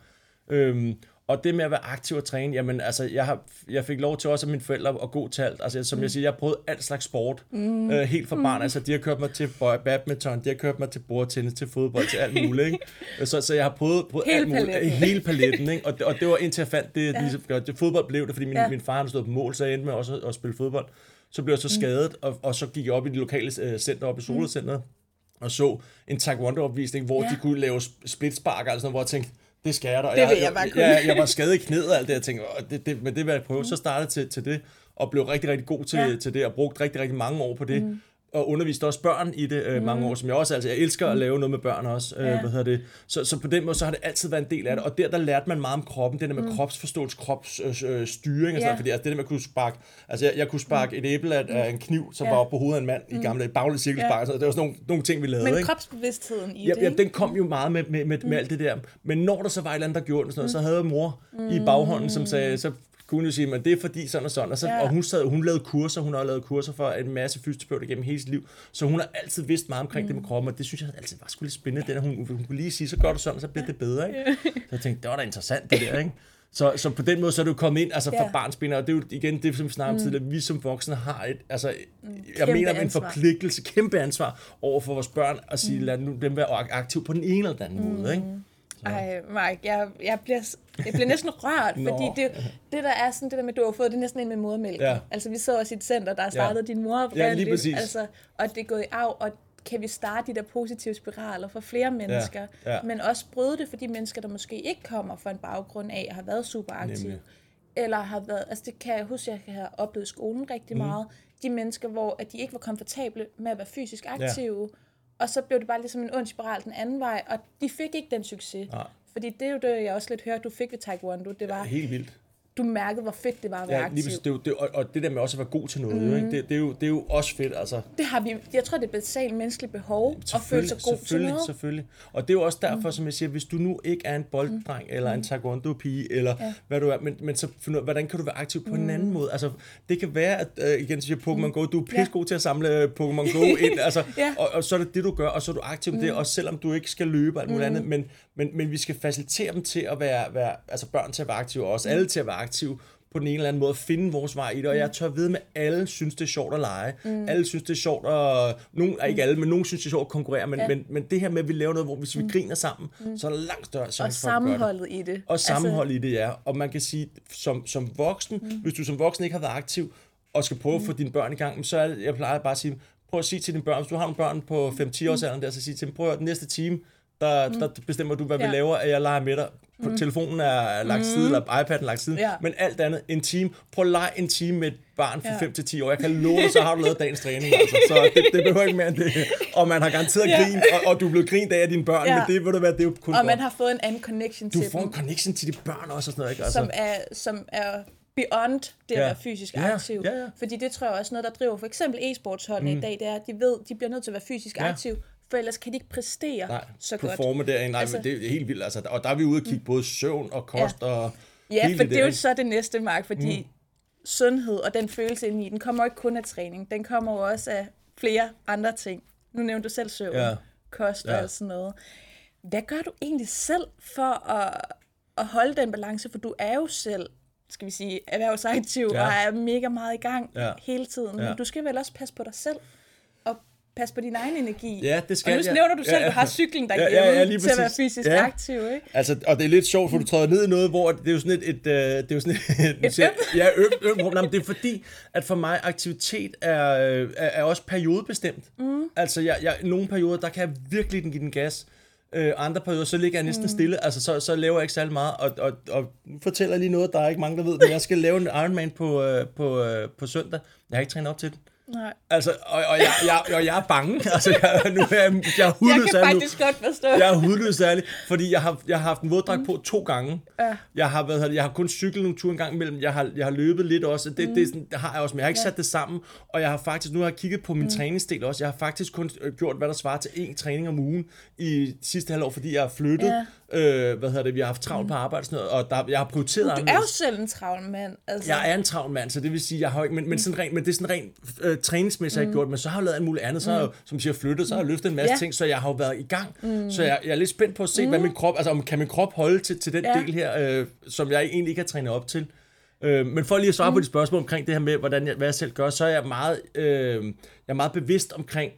Og det med at være aktiv og træne, jamen altså, jeg fik lov til også af mine forældre at gå til alt. Altså som jeg siger, jeg har prøvet alt slags sport, helt fra barn. Altså de har kørt mig til badminton, de har kørt mig til bordtennis, til fodbold, til alt muligt. Ikke? Så jeg har prøvet alt muligt, hele paletten. Ikke? Og det var indtil jeg fandt det fodbold blev det, fordi min far havde stået på mål, så jeg endte med også at spille fodbold. Så blev jeg så skadet, og så gik jeg op i det lokale center, op i Solcenteret, og så en taekwondo-opvisning, hvor de kunne lave splitspark, altså hvor jeg tænkte, det skal jeg da. Jeg var skadet i knæet og alt det, jeg tænkte, men det vil jeg prøve. Så startede til det, og blev rigtig, rigtig god til det, og brugte rigtig, rigtig mange år på det. Og underviste også børn i det mange år, som jeg også, altså jeg elsker at lave noget med børn også, Så på den måde, så har det altid været en del af det, og der lærte man meget om kroppen, det der med kropsforståelse, kropsstyring og sådan noget, fordi altså, det der med at kunne sparke, altså jeg kunne sparke et æble af en kniv, som var oppe på hovedet af en mand i gamle dage, baglet cirkelspark, så det var sådan nogle ting, vi lavede. Men kropsbevidstheden i det, ja, den kom jo meget med alt det der, men når der så var et eller andet, der gjorde det, sådan noget, så havde mor i baghånden, som sagde, så kunne jo sige, men det er fordi sådan og sådan. Og hun lavede kurser, hun har lavet kurser for en masse fysioterapeuter gennem hele sit liv, så hun har altid vidst meget omkring det med kroppen, og det synes jeg altid var sgu lidt spændende, det der, hun kunne lige sige, så gør du sådan, og så bliver det bedre, ikke? Så jeg tænkte, det var da interessant det der, ikke? Så på den måde, så er det jo kommet ind, altså fra barnsben, og det er jo igen det, som vi snakker om tidligere, at vi som voksne har et, altså, jeg mener en forpligtelse, kæmpe ansvar over for vores børn, at sige, lad nu dem være aktiv på den ene eller den anden måde, ikke? Ej, Mark, jeg bliver næsten rørt, fordi det der er sådan, det der med, du har fået, det er næsten en med modermælk. Ja. Altså, vi sidder også i et center, der har startet din mor oprindeligt, lige præcis. altså, og det er gået i arv, og kan vi starte de der positive spiraler for flere mennesker, men også bryde det for de mennesker, der måske ikke kommer fra en baggrund af at have været super aktive. eller har været, altså det kan jeg huske, jeg har oplevet i skolen rigtig meget, de mennesker, hvor at de ikke var komfortable med at være fysisk aktive, og så blev det bare ligesom en ond spiral den anden vej, og de fik ikke den succes. Ja. Fordi det er jo det, jeg også lidt hørte, du fik ved Taekwondo, det var... Helt vildt. Du mærkede, hvor fedt det var at være aktiv. Og det der med også at være god til noget, ikke? Det er jo også fedt, altså. Det har vi, jeg tror, det er basalt menneskeligt behov at føle sig god til noget. Selvfølgelig. Og det er jo også derfor, som jeg siger, hvis du nu ikke er en bolddreng, eller en taekwondo-pige, eller hvad du er, men så find ud af, hvordan kan du være aktiv på en anden måde? Altså, det kan være, at igen siger Pokémon Go, du er pissegod til at samle Pokémon Go ind, altså, og så er det du gør, og så er du aktiv med det, også selvom du ikke skal løbe og alt muligt andet, men vi skal facilitere dem til at være altså børn til at være aktive, og også alle til at være aktive, på den ene eller anden måde at finde vores vej i det, og jeg tør ved med, at alle synes, det er sjovt at lege. Alle synes, det er sjovt at... Ikke alle, men nogen synes, det er sjovt at konkurrere, men det her med, at vi laver noget, hvor hvis vi griner sammen, så er der langt større chance for at gøre det. Og sammenholdet i det. Og sammenholdet i det, ja. Og man kan sige, som voksen, hvis du som voksen ikke har været aktiv, og skal prøve at få dine børn i gang, så er det, jeg plejer bare at sige, prøv at sige til dine børn, hvis du har nogle børn på 5-10 års alderen, så sige til dem, prøv at den næste time, der bestemmer du, hvad vi laver, at jeg leger med dig. Telefonen er lagt side, eller iPad'en lagt side, men alt andet, en time. Prøv at lege en time med et barn fra 5 til 10 år. Jeg kan love dig, så har du lavet dagens træning. Altså. Så det behøver ikke mere end det. Og man har garanteret grin, og du er blevet grint af dine børn, men det, ved du hvad, det er jo kun og man har fået en anden connection til dem. Du får en connection til de børn også, og sådan noget, ikke? Altså. Som er beyond det at være fysisk aktiv. Fordi det tror jeg også noget, der driver for eksempel e-sportsholdene i dag, det er, at de ved, de bliver nødt til at være fysisk aktiv, for ellers kan de ikke præstere så godt. Performe derinde. Nej, altså, men det er helt vildt. Altså, og der er vi ude at kigge både søvn og kost og... Ja, for det er jo så det næste, Mark, fordi sundhed og den følelse ind i, den kommer ikke kun af træning. Den kommer jo også af flere andre ting. Nu nævnte du selv søvn, kost og sådan noget. Hvad gør du egentlig selv for at holde den balance? For du er jo selv, skal vi sige, erhvervsaktiv og er mega meget i gang hele tiden. Men du skal vel også passe på dig selv? Pas på din egen energi. Ja, det skal jeg. Og nu nævner du selv, at du har cykling derhjemme til at være fysisk aktiv, ikke? Altså, og det er lidt sjovt, for du træder ned i noget, hvor det er jo sådan det er jo sådan men det er fordi, at for mig aktivitet er også periodebestemt. Altså, nogle perioder, der kan jeg virkelig give den gas. Andre perioder, så ligger jeg næsten stille. Altså, så laver jeg ikke særlig meget. Og nu fortæller jeg lige noget, der er ikke mange, der ved, men jeg skal lave en Ironman på søndag. Jeg har ikke trænet op til den. Nej. Altså, og jeg er bange. Altså, jeg er hudløs. Jeg kan faktisk godt forstå. Jeg er hudløs ærlig, fordi jeg har haft en våddragt på 2 gange. Jeg har kun cyklet nogle ture en gang imellem. Jeg har løbet lidt også. Det har jeg også, men jeg har ikke sat det sammen. Og jeg har faktisk, nu har jeg kigget på min træningsdel også. Jeg har faktisk kun gjort, hvad der svarer til 1 træning om ugen i sidste halvår, fordi jeg har flyttet. Vi har haft travlt på arbejde og sådan noget, og jeg har prioriteret. Du er jo selv en travl mand. Altså. Jeg er en travl mand, så det vil sige, jeg har ikke, men det er sådan rent træningsmæssigt har jeg gjort, men så har jeg lavet alt muligt andet, så har jeg, som siger, flyttet, så har jeg løftet en masse ting, så jeg har jo været i gang. Så jeg er lidt spændt på at se, hvad min krop, altså om kan min krop holde til den del her, som jeg egentlig ikke har trænet op til. Men for lige at svare på de spørgsmål omkring det her med, hvad jeg selv gør, så er jeg meget bevidst omkring,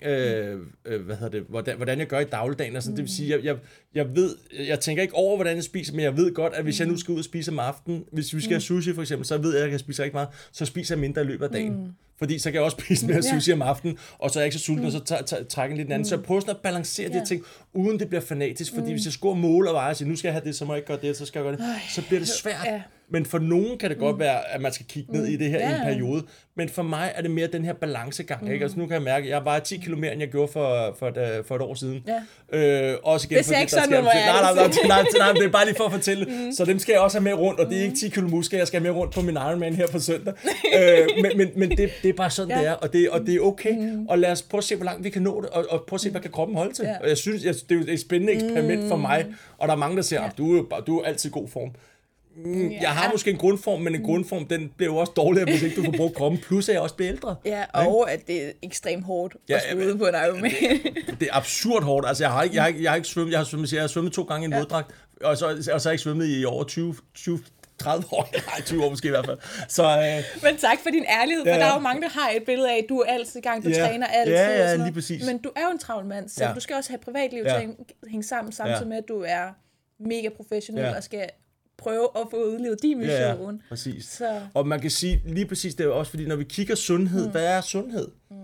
hvordan jeg gør i dagligdagen. Altså, det vil sige, jeg tænker ikke over, hvordan jeg spiser, men jeg ved godt, at hvis jeg nu skal ud og spise om aftenen, hvis vi skal have sushi for eksempel, så ved jeg, at jeg kan spise rigtig meget, så spiser jeg mindre i løbet af dagen. Fordi så kan jeg også spise mere sushi om aftenen, og så er jeg ikke så sulten, og så trækker lidt den anden. Så jeg prøver sådan at balancere de her ting, uden det bliver fanatisk. Fordi hvis jeg scorer mål og vejer og siger, nu skal jeg have det, så må jeg ikke gøre det, så skal jeg gøre det, så bliver det svært. Men for nogen kan det godt være, at man skal kigge ned i det her i en periode. Men for mig er det mere den her balancegang. Ikke? Altså, nu kan jeg mærke, at jeg vejer 10 kilo mere, end jeg gjorde for et år siden. Også igen, det ser ikke sådan ud, nej, det er bare lige for at fortælle. Så dem skal jeg også have med rundt, og det er ikke 10 kilo muskler, jeg skal have med rundt på min Ironman her på søndag. Men det er bare sådan, det er, og det er okay. Og lad os prøve at se, hvor langt vi kan nå det, og prøve at se, hvad kan kroppen holde til. Og jeg synes, det er jo et spændende eksperiment for mig, og der er mange, der siger, at du er altid i god form. Jeg har måske en grundform, men en grundform, den bliver jo også dårligere, hvis ikke du får brugt kroppen. Plus at jeg også bliver ældre. Ja, og at det er ekstremt hårdt at skulle ud på en Ironman. Det er absurd hårdt. Altså, jeg har ikke svømmet. Jeg har svømmet 2 gange i en våddragt, og så har jeg ikke svømmet i over 30 år, nej, 20 år måske i hvert fald. Men tak for din ærlighed, for der er jo mange, der har et billede af, at du er altid i gang, du træner altid. Ja, lige præcis. Men du er jo en travl mand, så du skal også have privatliv til at hænge sammen, samtidig med, at du er mega professionel og skal prøve at få udlevet din mission. Ja, præcis. Så. Og man kan sige lige præcis, det er jo også, fordi når vi kigger sundhed, hvad er sundhed?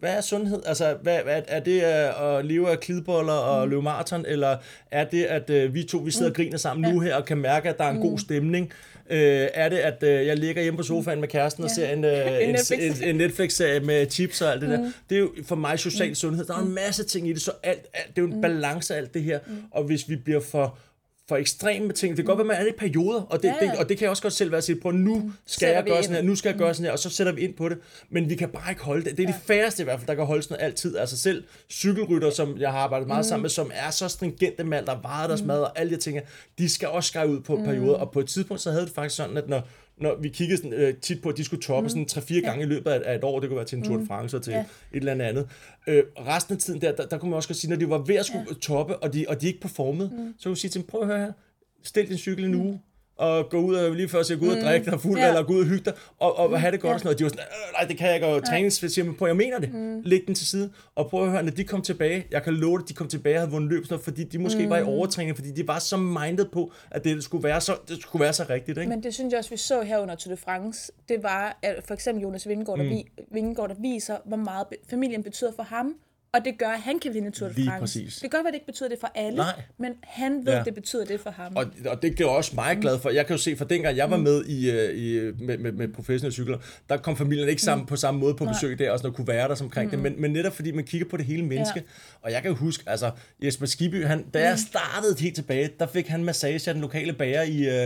hvad er sundhed? Altså, er det at leve af klidboller og løbe maraton, eller er det, at vi sidder og griner sammen nu her, og kan mærke, at der er en god stemning? Er det, at jeg ligger hjemme på sofaen med kæresten og ser en Netflix-serie med chips og alt det der? Det er jo for mig social sundhed. Der er en masse ting i det, så alt det er jo en balance af alt det her. Og hvis vi bliver for ekstreme ting. Det kan godt være, man er i perioder, og det kan jeg også godt selv være at sige, nu skal jeg gøre sådan her, nu skal jeg gøre sådan her, og så sætter vi ind på det. Men vi kan bare ikke holde det. Det er de færreste i hvert fald, der kan holde sådan noget altid. Altså selv cykelrytter, som jeg har arbejdet meget sammen med, som er så stringente med alt, der varer deres mad og alle de ting, de skal også skære ud på perioder. Og på et tidspunkt, så havde det faktisk sådan, at når vi kiggede sådan, tit på, at de skulle toppe sådan 3-4 gange i løbet af et år, det kunne være til en Tour de France og til et eller andet. Resten af tiden der kunne man også sige, når de var ved at skulle toppe, og de ikke performede, så kunne vi sige til dem, prøv at høre her, stil din cykel en uge, og gå ud og lige først gå ud og drikke dig fuld, eller gå ud og hygge dig, og have det godt og sådan noget. De var sådan, nej, det kan jeg ikke, og træningsfaciliteter, men prøv, jeg mener det. Læg den til side, og prøv at høre, når de kom tilbage, jeg kan love dig, de kom tilbage og havde vundet løb, fordi de måske var i overtræning, fordi de var så minded på, at det skulle være så rigtigt. Ikke? Men det synes jeg også, vi så her under Tour de France, det var at for eksempel Jonas Vingegaard, der viser, hvor meget familien betyder for ham, og det gør, at han kan vinde Tour de France. Det kan godt være, det ikke betyder det for alle, men han ved, det betyder det for ham. Og det gør også mig glad for. Jeg kan jo se, for dengang jeg var med med professionelle cykler, der kom familien ikke sammen på samme måde på besøg der, også når kunne være der omkring det, men netop fordi man kigger på det hele menneske. Og jeg kan jo huske, altså Jesper Skibby, da jeg startede helt tilbage, der fik han massage af den lokale bager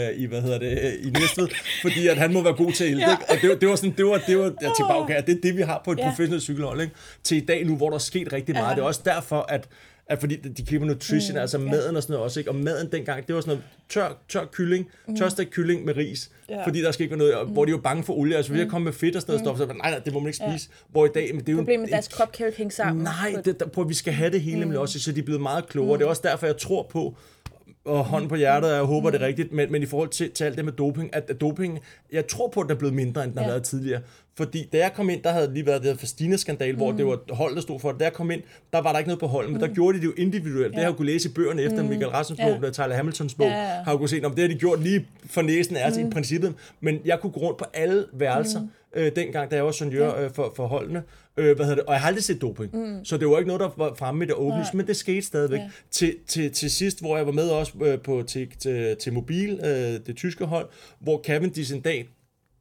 i Næstved, fordi at han må være god til at hjælpe. Og det var sådan, det var jeg tænkte bare, okay, det er det, vi har på et professionelt cykelhold, ikke? Til i dag nu, hvor der er sket rigtig meget. Det er også derfor, at fordi de klipper nutrition, altså maden og sådan noget også, ikke? Og maden dengang, det var sådan noget tør kylling, tørstegt kylling med ris, fordi der skal ikke være noget, hvor de var bange for olie, altså hvis jeg kom med fedt og sådan noget stof, så nej, det må man ikke spise. Hvor i dag, men det er jo problemet med deres krop kan jo ikke hænge sammen. Nej, vi skal have det hele nemlig også, så de er blevet meget klogere. Det er også derfor, jeg tror på, og hånden på hjertet, og jeg håber det er rigtigt, men i forhold til alt det med doping, at doping, jeg tror på, at den er blevet mindre, end den har været tidligere. Fordi da jeg kom ind, der havde lige været det her Festina-skandal, hvor det var hold, der stod for det. Da jeg kom ind, der var der ikke noget på holdet, men der gjorde de det jo individuelt. Det har jeg kunne læse i bøgerne efter Michael Rasmussens bog, Tyler Hamiltons bog, har jeg kunne se, om det har de gjort lige for næsen altså i princippet. Men jeg kunne gå rundt på alle værelser, dengang, da jeg var senior for holdene. Og jeg har aldrig set doping. Så det var ikke noget, der var fremme i det åbne, men det skete stadigvæk. Til sidst, hvor jeg var med også til Mobil, det tyske hold, hvor Cavendish en dag,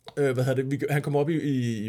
han kom op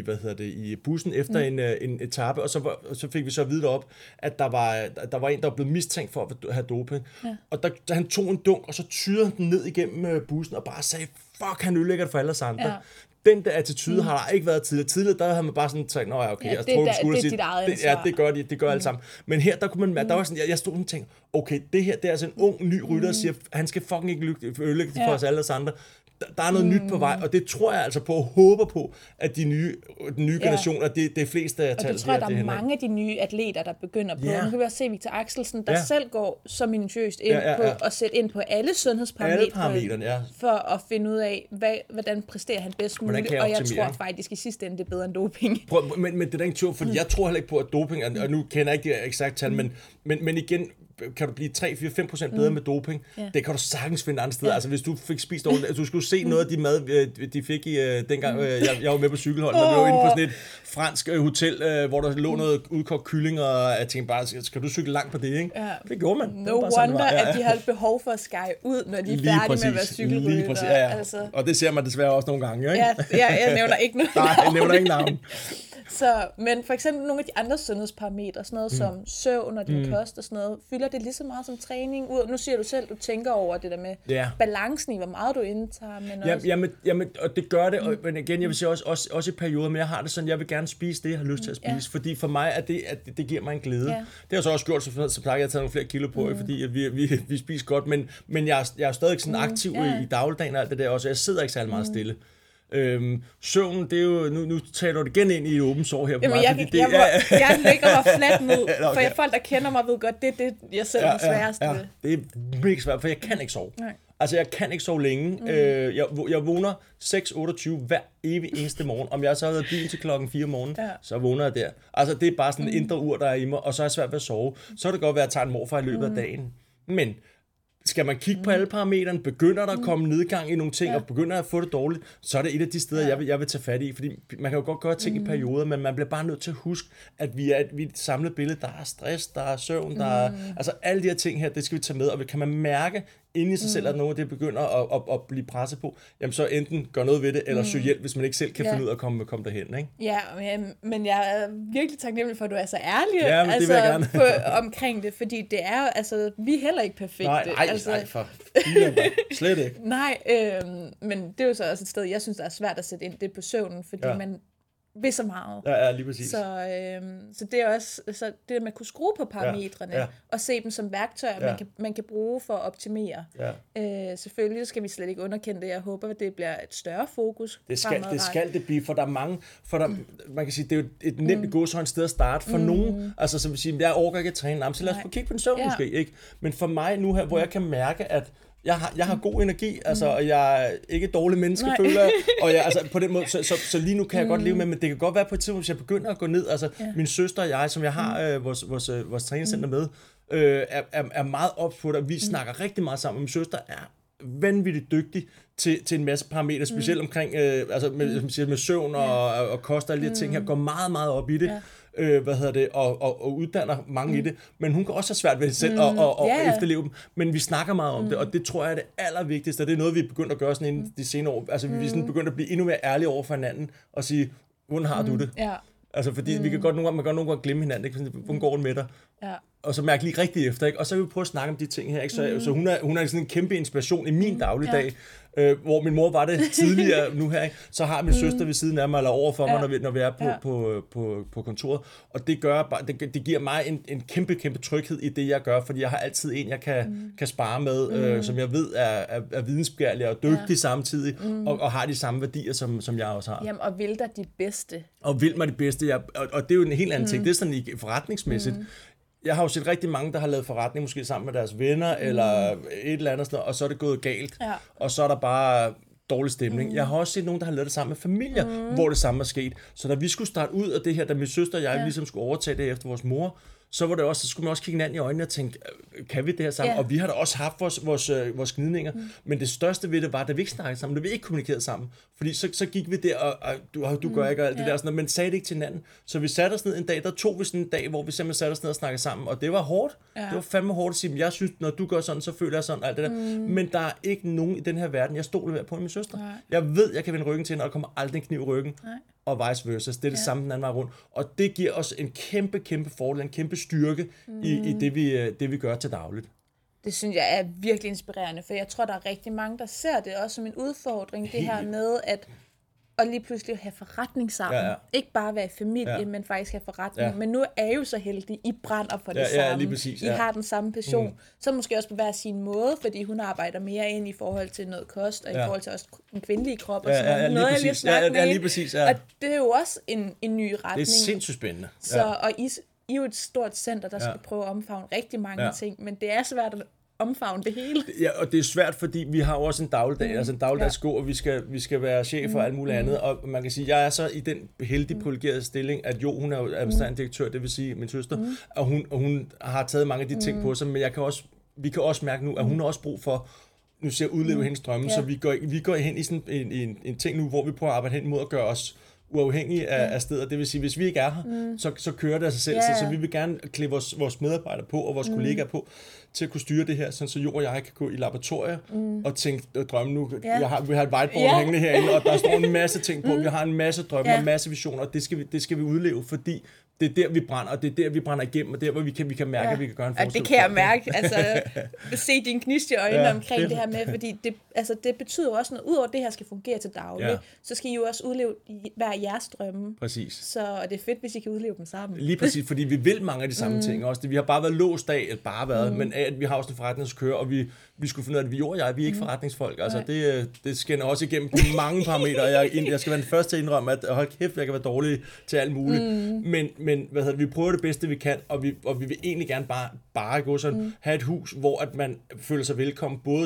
i bussen efter en etape, og så fik vi så at vide derop, at der var en, der var blevet mistænkt for at have doping. Og da han tog en dunk, og så tyrede han den ned igennem bussen, og bare sagde, fuck, han ødelægger det for alle os andre. Den der attitude har der ikke været tidligere. Tidligere, der havde man bare sådan tænkt, okay, jeg tror, det er dit eget ansvar. Det gør alle sammen. Men her, der kunne man der var sådan, jeg stod og tænkte, okay, det her, det er altså en ung, ny rytter, der siger, han skal fucking ikke ødelægge det for os alle os andre. Der er noget nyt på vej, og det tror jeg altså på og håber på, at den nye generation, at det er flest af tallet. Og det tror jeg, der er mange af de nye atleter, der begynder på. Nu kan vi også se Victor Axelsen, der selv går så minutiøst ind på at sætte ind på alle sundhedsparametre for at finde ud af, hvordan præsterer han bedst muligt. Og jeg tror faktisk i sidste ende, det er bedre end doping. Men det er ikke tvivl, fordi jeg tror heller ikke på, at doping, og nu kender jeg ikke de eksakte tal, men igen, kan du blive 3-4-5% bedre med doping. Det kan du sagtens finde andre steder. Altså hvis du fik spist ordentligt, du skulle se noget af de mad, de fik i dengang, jeg var med på cykelholdet, når vi var inde på sådan et fransk hotel, hvor der lå noget udkogt kylling, og jeg tænkte bare, skal du cykle langt på det, ikke? Det gjorde man. No wonder, at de har behov for at skære ud, når de er færdige med at være cykelrytter. Altså. Og det ser man desværre også nogle gange, ikke? Jeg nævner ikke noget. Nej, jeg nævner ikke navn. Men for eksempel nogle af de andre sundhedsparametre, sådan noget som søvn og din kost og sådan noget, fylder det lige så meget som træning ud? Nu siger du selv, du tænker over det der med balancen i, hvor meget du indtager. Men jamen, og det gør det, men igen, jeg vil sige også i perioder, men jeg har det sådan, jeg vil gerne spise det, jeg har lyst til at spise, fordi for mig er det, at det giver mig en glæde. Det har så også gjort, så plejer jeg at tage nogle flere kilo på, fordi at vi spiser godt, men jeg er stadig sådan aktiv i dagligdagen og alt det der også, jeg sidder ikke særlig meget stille. Søvnen, det er jo, nu tager du det igen ind i et åbent sår her på mig. Jeg må lægge mig flat ned, for folk, der kender mig, ved godt, det er det, jeg selv er sværest ved. Det er mega svært, for jeg kan ikke sove. Altså, jeg kan ikke sove længe. Jeg vågner 6:28 hver evig eneste morgen. Om jeg så har været i bilen til 4:00 om morgenen, så vågner jeg der. Altså, det er bare sådan en indre ur, der er i mig, og så er jeg svært ved at sove. Så er det godt være, at jeg tager en morfar i løbet af dagen. Men skal man kigge på alle parametrene, begynder der at komme nedgang i nogle ting, og begynder at få det dårligt, så er det et af de steder, jeg vil tage fat i, fordi man kan jo godt gøre ting i perioder, men man bliver bare nødt til at huske, at vi er et samlet billede, der er stress, der er søvn, der er, altså alle de her ting her, det skal vi tage med, og kan man mærke inde i sig selv, at noget af det begynder at blive presset på, jamen så enten gør noget ved det, eller søg hjælp, hvis man ikke selv kan finde ud af at komme derhen, ikke? Ja, men jeg er virkelig taknemmelig for, at du er så ærlig omkring det, fordi det er altså, vi er heller ikke perfekte. Nej, for slet ikke. Nej, men det er jo så også et sted, jeg synes, det er svært at sætte ind det på søvnen, fordi man ved så meget. Ja, lige præcis. Så det er også så det, at man kunne skrue på parametrene, og se dem som værktøjer, man kan bruge for at optimere. Ja. Selvfølgelig skal vi slet ikke underkende det. Jeg håber, at det bliver et større fokus. Det skal det blive, for der er mange, man kan sige, det er jo et nemt gåsehøjt sted at starte for nogen. Altså, som vil sige, jeg overgår ikke at træne, så lad os få kigge på den søvn måske, ikke? Men for mig nu her, hvor jeg kan mærke, at jeg har god energi, altså, og jeg er ikke et dårligt menneske, føler jeg, og jeg, altså, på den måde, så lige nu kan jeg godt leve med, men det kan godt være på et tidspunkt, hvis jeg begynder at gå ned, altså min søster og jeg, som jeg har vores træningscenter med, er meget ops på det, vi snakker rigtig meget sammen, min søster er vanvittigt dygtig til en masse parametre, specielt omkring altså med søvn og kost og alle de ting her, går meget, meget op i det. Og uddanner mange i det, men hun kan også have svært ved det selv at efterleve dem, men vi snakker meget om det, og det tror jeg er det allervigtigste, og det er noget, vi er begyndt at gøre sådan inden de senere år, altså vi er sådan begyndt at blive endnu mere ærlige over for hinanden, og sige, hvordan har du det? Ja. Altså fordi vi kan godt nogle gange glemme hinanden, ikke? Hvordan går det med dig? Ja. Og så mærke lige rigtigt efter, ikke? Og så vil vi prøve at snakke om de ting her, ikke? Så hun er sådan en kæmpe inspiration i min dagligdag, hvor min mor var det tidligere nu her, ikke? Så har min søster ved siden af mig, eller over for mig, når vi er på kontoret, og det gør bare, det giver mig en kæmpe tryghed i det, jeg gør, fordi jeg har altid en, jeg kan spare med, som jeg ved er vidensbegærlig og dygtig samtidig, og har de samme værdier, som jeg også har. Jamen, og vil dig dit bedste. Og vil mig det bedste, og det er jo en helt anden ting, det er sådan forretningsmæssigt. Jeg har jo set rigtig mange, der har lavet forretning, måske sammen med deres venner, eller et eller andet sted, og så er det gået galt, og så er der bare dårlig stemning. Jeg har også set nogen, der har lavet det sammen med familier, hvor det samme er sket. Så da vi skulle starte ud af det her, da min søster og jeg ligesom skulle overtage det efter vores mor, så skulle man også kigge hinanden i øjnene og tænke, kan vi det her sammen? Og vi har da også haft vores gnidninger, men det største ved det var, da vi ikke snakkede sammen, da vi ikke kommunikerede sammen. Fordi så gik vi der, og du gør ikke alt det der, sådan noget, men sagde det ikke til hinanden. Så vi satte os ned en dag, der tog vi sådan en dag, hvor vi simpelthen satte os ned og snakkede sammen, og det var hårdt. Det var fandme hårdt at sige, jeg synes, når du gør sådan, så føler jeg sådan, alt det der. Men der er ikke nogen i den her verden, jeg stoler på min søster. Jeg ved, jeg kan vende ryggen til hende, og der kommer aldrig en kniv i ryggen. Og vice versa. Det er det samme den anden vej rundt. Og det giver os en kæmpe fordel, en kæmpe styrke i det, vi gør til dagligt. Det synes jeg er virkelig inspirerende, for jeg tror, der er rigtig mange, der ser det også som en udfordring, det her med at lige pludselig have forretning sammen. Ja. Ikke bare være i familie, men faktisk have forretning. Ja. Men nu er I jo så heldige, I brænder for det samme. Lige præcis, I har den samme passion. Så måske også på hver sin måde, fordi hun arbejder mere ind i forhold til noget kost, og i forhold til også den kvindelige krop, og sådan noget. Jeg lige snakke med. Lige præcis, Og det er jo også en ny retning. Det er sindssygt spændende. Så, og I er jo et stort center, der skal prøve at omfavne rigtig mange ting, men det er svært at omfavne det hele. Ja, og det er svært, fordi vi har jo også en dagligdag, altså en dagligdagsgå, og vi skal være chef og alt muligt andet, og man kan sige, jeg er så i den heldige privilegerede stilling, at jo, hun er jo administrerende direktør, det vil sige min søster, og hun har taget mange af de ting på sig, men vi kan også mærke nu, at hun har også brug for, nu ser udleve hendes drømme, så vi går hen i sådan en ting nu, hvor vi prøver at arbejde hen mod at gøre os uafhængige af steder. Det vil sige, hvis vi ikke er her, så kører det af sig selv. Så vi vil gerne klæde vores medarbejdere på, og vores kollegaer på, til at kunne styre det her, sådan så Jo og jeg kan gå i laboratorier og tænke drømme nu. Vi har et whiteboard hængende herinde, og der står en masse ting på. Vi har en masse drømme og en masse visioner, og det skal vi udleve, fordi det er der, vi brænder, og det er der, vi brænder igennem, og der, hvor vi kan mærke, at vi kan gøre en forskel. Og det kan jeg mærke, altså, se din gnist i øjnene omkring det her med, fordi det betyder jo også noget, udover det her skal fungere til daglig, så skal I jo også udleve hver jeres drømme. Præcis. Så og det er fedt, hvis I kan udleve dem sammen. Lige præcis, fordi vi vil mange af de samme ting også. Vi har bare været låst af, eller bare været, men at vi har også en forretningskøre, og vi skulle finde ud af, at vi er ikke forretningsfolk. Altså, det skinner også igennem mange parametre. Jeg skal være den første til at indrømme, at hold kæft, jeg kan være dårlig til alt muligt. Men vi prøver det bedste, vi kan, og vi vil egentlig gerne bare gå sådan, have et hus, hvor at man føler sig velkommen, både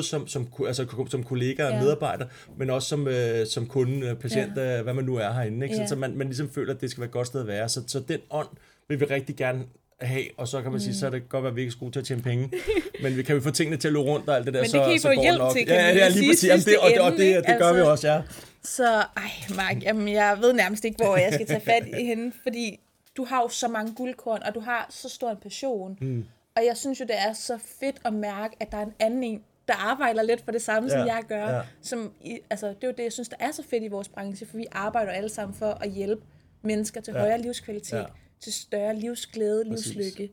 som kollega og medarbejder, men også som kunde, patient, hvad man nu er herinde. Ikke? Så man ligesom føler, at det skal være et godt sted at være. Så den ånd vil vi rigtig gerne have, og så kan man sige, så er det godt være, at vi ikke er så gode til at tjene penge, men vi kan jo få tingene til at løbe rundt og alt det der, men det kan I få hjælp til, kan ja, lige præcis. Jamen, det gør vi også, ja. Så, Mark, jamen, jeg ved nærmest ikke, hvor jeg skal tage fat i hende, fordi du har jo så mange guldkorn, og du har så stor en passion, og jeg synes jo, det er så fedt at mærke, at der er en anden en, der arbejder lidt for det samme, som jeg gør. Som, altså, det er jo det, jeg synes, der er så fedt i vores branche, for vi arbejder alle sammen for at hjælpe mennesker til højere livskvalitet, til større livsglæde, livslykke.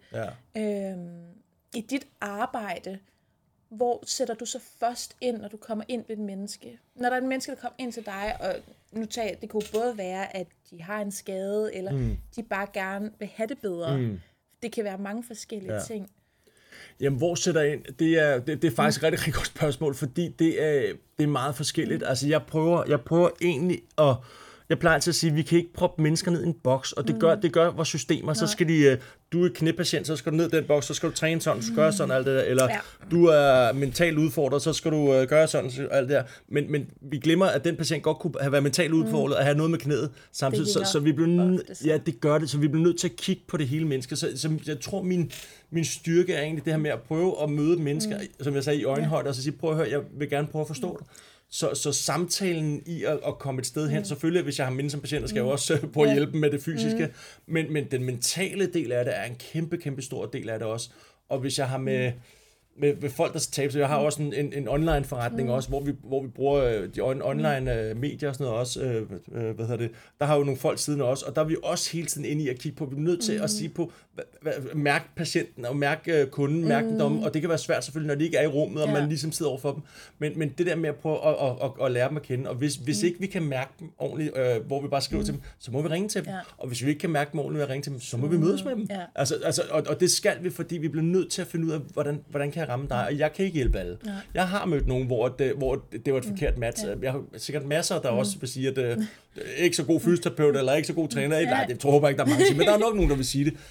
I dit arbejde, hvor sætter du så først ind, når du kommer ind ved et menneske? Når der er et menneske, der kommer ind til dig, og nu tager det kunne både være, at de har en skade, eller de bare gerne vil have det bedre. Det kan være mange forskellige ting. Jamen, hvor sætter ind? Det er faktisk et rigtig godt spørgsmål, fordi det er meget forskelligt. Altså, jeg prøver egentlig at... Jeg plejer altid at sige, at vi kan ikke proppe mennesker ned i en boks, og det gør vores systemer. Så skal du er knæpatient, så skal du ned i den boks, så skal du træne sådan, du skal gøre sådan, alt det der. Eller du er mentalt udfordret, så skal du gøre sådan, alt det der. Men vi glemmer, at den patient godt kunne have været mentalt udfordret og have noget med knæet samtidig. Så vi bliver det gør det. Så vi bliver nødt til at kigge på det hele menneske. Så jeg tror, min styrke er egentlig det her med at prøve at møde mennesker, som jeg sagde, i øjenhøjde, og så sige, prøv at høre, jeg vil gerne prøve at forstå dig. Så samtalen i at komme et sted hen, selvfølgelig, hvis jeg har minde som patienter, skal jeg jo også prøve at hjælpe med det fysiske, men den mentale del af det er en kæmpe, kæmpe stor del af det også. Og hvis jeg har med folk, der taber, så jeg har også en online forretning også, hvor vi bruger de online medier og sådan noget også, der har jo nogle folk siden også, og der er vi også hele tiden inde i at kigge på, vi er nødt til at sige på, mærke patienten og mærke kunden, mærke den domme, og det kan være svært selvfølgelig, når de ikke er i rummet, og man ligesom sidder over for dem, men det der med at prøve at lære dem at kende, og hvis ikke vi kan mærke dem ordentligt, hvor vi bare skriver til dem, så må vi ringe til dem, og hvis vi ikke kan mærke dem ordentligt ved at ringe til dem, så må vi mødes med dem. Og det skal vi, fordi vi bliver nødt til at finde ud af, hvordan kan jeg ramme dig, og jeg kan ikke hjælpe alle. Jeg har mødt nogen, hvor det var et forkert match. Jeg har sikkert masser, der også vil sige, at ikke så god fysioterapeut, eller ikke så god træner. Nej, det håber jeg ikke, der er mange, men der er nok nogen, der vil sige det.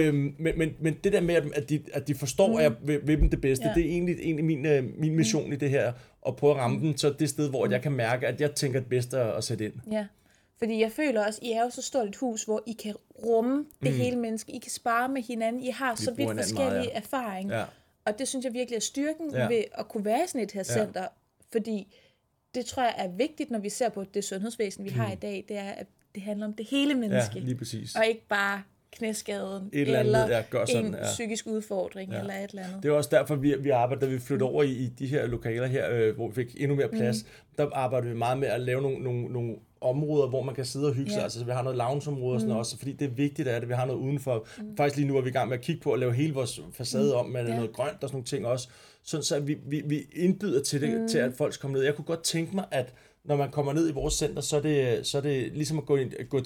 Men det der med, at de forstår, at jeg vil dem det bedste, det er egentlig min mission i det her, at prøve at ramme dem, så det sted, hvor jeg kan mærke, at jeg tænker det bedste at sætte ind. Ja. Fordi jeg føler også, I er jo så stort et hus, hvor I kan rumme det hele menneske. I kan spare med hinanden. I har så vidt forskellige erfaringer. Ja. Og det synes jeg virkelig er styrken ved at kunne være sådan et her center. Fordi det tror jeg er vigtigt, når vi ser på det sundhedsvæsen, vi har i dag. Det er, at det handler om det hele menneske. Ja, lige præcis. Og ikke bare knæskaden eller en psykisk udfordring eller et eller andet. Det er også derfor, vi arbejder, da vi flytter over i de her lokaler her, hvor vi fik endnu mere plads. Der arbejder vi meget med at lave nogle områder, hvor man kan sidde og hygge sig. Altså, vi har noget loungeområde og sådan også, fordi det er vigtigt, at vi har noget udenfor. Faktisk lige nu er vi i gang med at kigge på at lave hele vores facade om med noget grønt og sådan nogle ting også. Sådan så vi indbyder til det, til at folk kommer ned. Jeg kunne godt tænke mig, at når man kommer ned i vores center, så er det ligesom at gå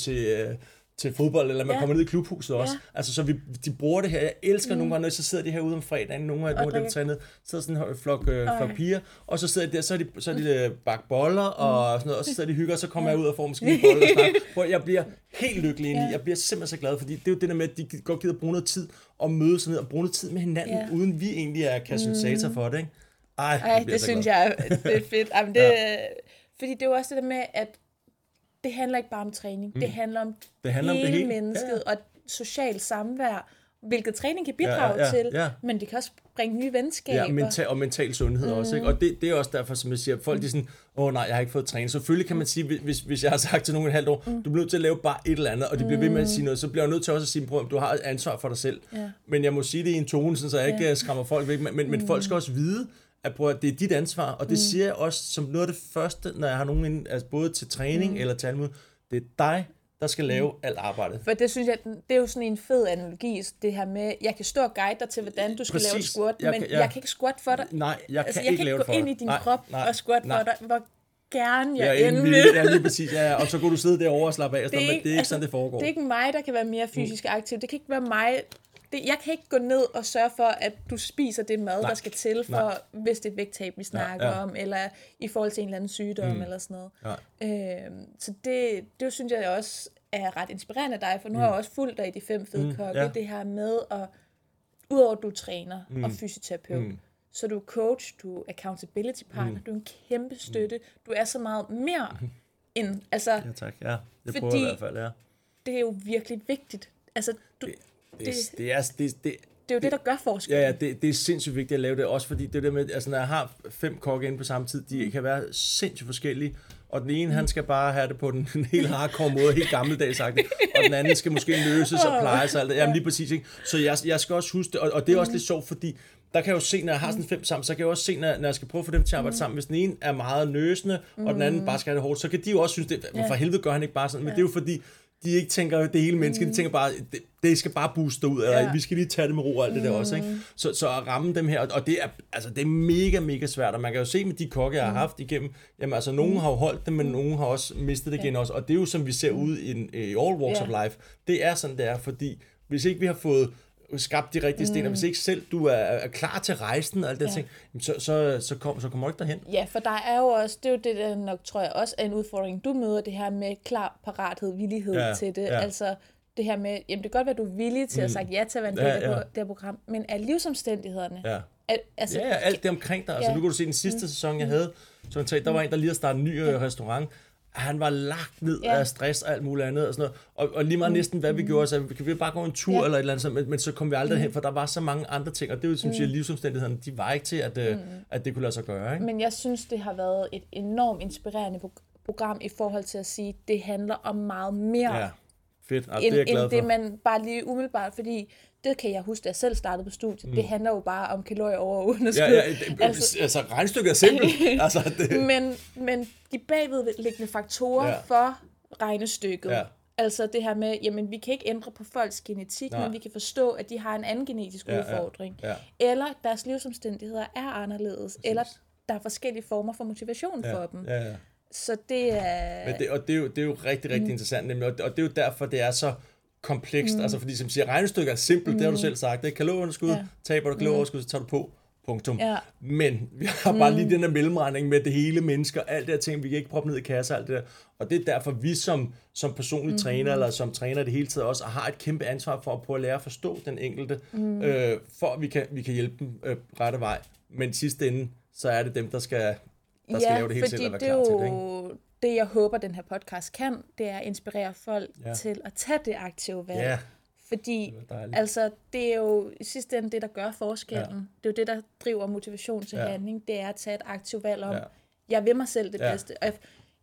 til fodbold, eller man kommer ned i klubhuset også. Altså, så de bruger det her. Jeg elsker nogle gange, så sidder de herude om fredagen, nogle af dem trænet, sidder sådan en flok piger, og så sidder de der, så er de bagt boller, og sådan noget, og så sidder de hygger, og så kommer jeg ud og får måske en bolle og snakke. Hvor jeg bliver helt lykkelig ind i. Jeg bliver simpelthen så glad, fordi det er jo det der med, at de godt gider at bruge noget tid, og møde sådan noget, og bruge noget tid med hinanden, uden vi egentlig er katalysator for det, ikke? Ej, det synes jeg det er fedt. Jamen, fordi det er jo også det der med, at det handler ikke bare om træning. Det handler om hele mennesket og socialt samvær, hvilket træning kan bidrage til, men det kan også bringe nye venskaber. Ja, og mental sundhed også. Ikke? Og det er også derfor, som jeg siger, folk de er sådan, nej, jeg har ikke fået træning. Selvfølgelig kan man sige, hvis jeg har sagt til nogen et halvt år, du bliver nødt til at lave bare et eller andet, og de bliver ved med at sige noget, så bliver jeg nødt til også at sige, prøv, du har et ansvar for dig selv. Ja. Men jeg må sige det i en tone, så jeg ikke skræmmer folk væk. Men folk skal også vide, at det er dit ansvar, og det siger jeg også som noget af det første, når jeg har nogen altså både til træning eller til almod. Det er dig, der skal lave alt arbejdet. For det synes jeg, det er jo sådan en fed analogi, det her med, jeg kan stå og guide dig til, hvordan du skal lave squat, men jeg kan ikke squat for dig. Nej, jeg kan ikke lave det for dig. Jeg kan ikke gå ind i din krop og squat for dig, hvor gerne jeg end vil. Ja, lige præcis, og så kunne du sidde derovre og slappe af, men det er ikke sådan, det foregår. Det er ikke mig, der kan være mere fysisk aktiv. Det kan ikke være mig. Jeg kan ikke gå ned og sørge for, at du spiser det mad, der skal til, hvis det er et vægttab, vi snakker om, eller i forhold til en eller anden sygdom, eller sådan noget. Så det synes jeg også er ret inspirerende af dig, for nu har jeg også fulgt dig i de 5 fede kokke, det her med, at udover at du træner og fysioterapeut, så du er coach, du er accountability partner, du er en kæmpe støtte, du er så meget mere end, altså... Ja, tak, det prøver jeg i hvert fald, det er jo virkelig vigtigt. Altså, Det er jo det, der gør forskel. Ja, det er sindssygt vigtigt at lave det, også fordi det der med, altså når jeg har 5 kokke inde på samme tid, de kan være sindssygt forskellige, og den ene, han skal bare have det på den helt hardcore måde, helt gammeldagsagtigt, og den anden skal måske løses og plejes og alt det. Jamen lige præcis, ikke? Så jeg skal også huske det, og det er også lidt sjovt, fordi der kan jeg jo se, når jeg har sådan 5 sammen, så kan jeg også se, når jeg skal prøve at få dem til at arbejde sammen, hvis den ene er meget nøsende, og den anden bare skal have det hårdt, så kan de jo også synes, det, for helvede gør han ikke bare sådan, men det er jo fordi, de ikke tænker det hele menneske, de tænker bare, det skal bare booste ud, eller vi skal lige tage det med ro og alt det der også, ikke? Så at ramme dem her, og det er mega, mega svært, og man kan jo se med de kokke, jeg har haft igennem, jamen altså, nogen har jo holdt dem, men nogen har også mistet det igen også, og det er jo som vi ser ud i all walks of life, det er sådan det er, fordi hvis ikke vi har fået skabt de rigtige sten, og hvis ikke selv du er klar til rejsen og alt det ting, så kommer du ikke derhen. Ja, for der er jo også, det er jo det, der nok tror jeg også er en udfordring, du møder, det her med klar parathed, villighed til det. Altså det her med, jamen det kan godt være, du er villig til at sige ja til at være en del af det her program, men er livsomstændighederne? Alt det omkring dig. Altså nu kan du se den sidste sæson, jeg havde, der var en, der lige havde startet en ny restaurant, han var lagt ned af stress og alt muligt andet og sådan noget. Og lige meget næsten hvad vi gjorde, så kan vi bare gå en tur eller et eller andet, men så kom vi aldrig hen, for der var så mange andre ting, og det er jo som siger, livsomstændighederne, de var ikke til, at det kunne lade sig gøre. Ikke? Men jeg synes, det har været et enormt inspirerende program i forhold til at sige, at det handler om meget mere fedt. Altså, end det, man bare lige umiddelbart, fordi det kan jeg huske, da jeg selv startede på studiet. Det handler jo bare om kalorier over og underskud. Altså regnstykket er simpelt. Altså, men de bagvedliggende faktorer for regnestykket. Altså det her med, jamen vi kan ikke ændre på folks genetik, men vi kan forstå, at de har en anden genetisk udfordring. Eller deres livsomstændigheder er anderledes. Eller der er forskellige former for motivation for dem. Så det er... Men det er jo rigtig, rigtig interessant, nemlig, og det er jo derfor, det er så komplekst, altså fordi som siger, regnestykket er simpelt, det har du selv sagt, det er kalorieunderskud, taber du kalorieunderskud, så tager du på, punktum. Men vi har bare lige den der mellemregning med det hele mennesker, alt det her ting, vi kan ikke proppe ned i kasser, alt det der, og det er derfor, vi som personlige træner, eller som træner det hele tiden også, har et kæmpe ansvar for at prøve at lære at forstå den enkelte, for at vi kan hjælpe dem rette vej, men i sidste ende, så er det dem, der skal lave det hele selv og være klar til det, ikke? Det, jeg håber, den her podcast kan, det er at inspirere folk til at tage det aktive valg. Ja. Fordi altså, det er jo i sidste ende det, der gør forskellen. Det er jo det, der driver motivation til handling. Det er at tage et aktivt valg om, jeg vil mig selv det bedste. Og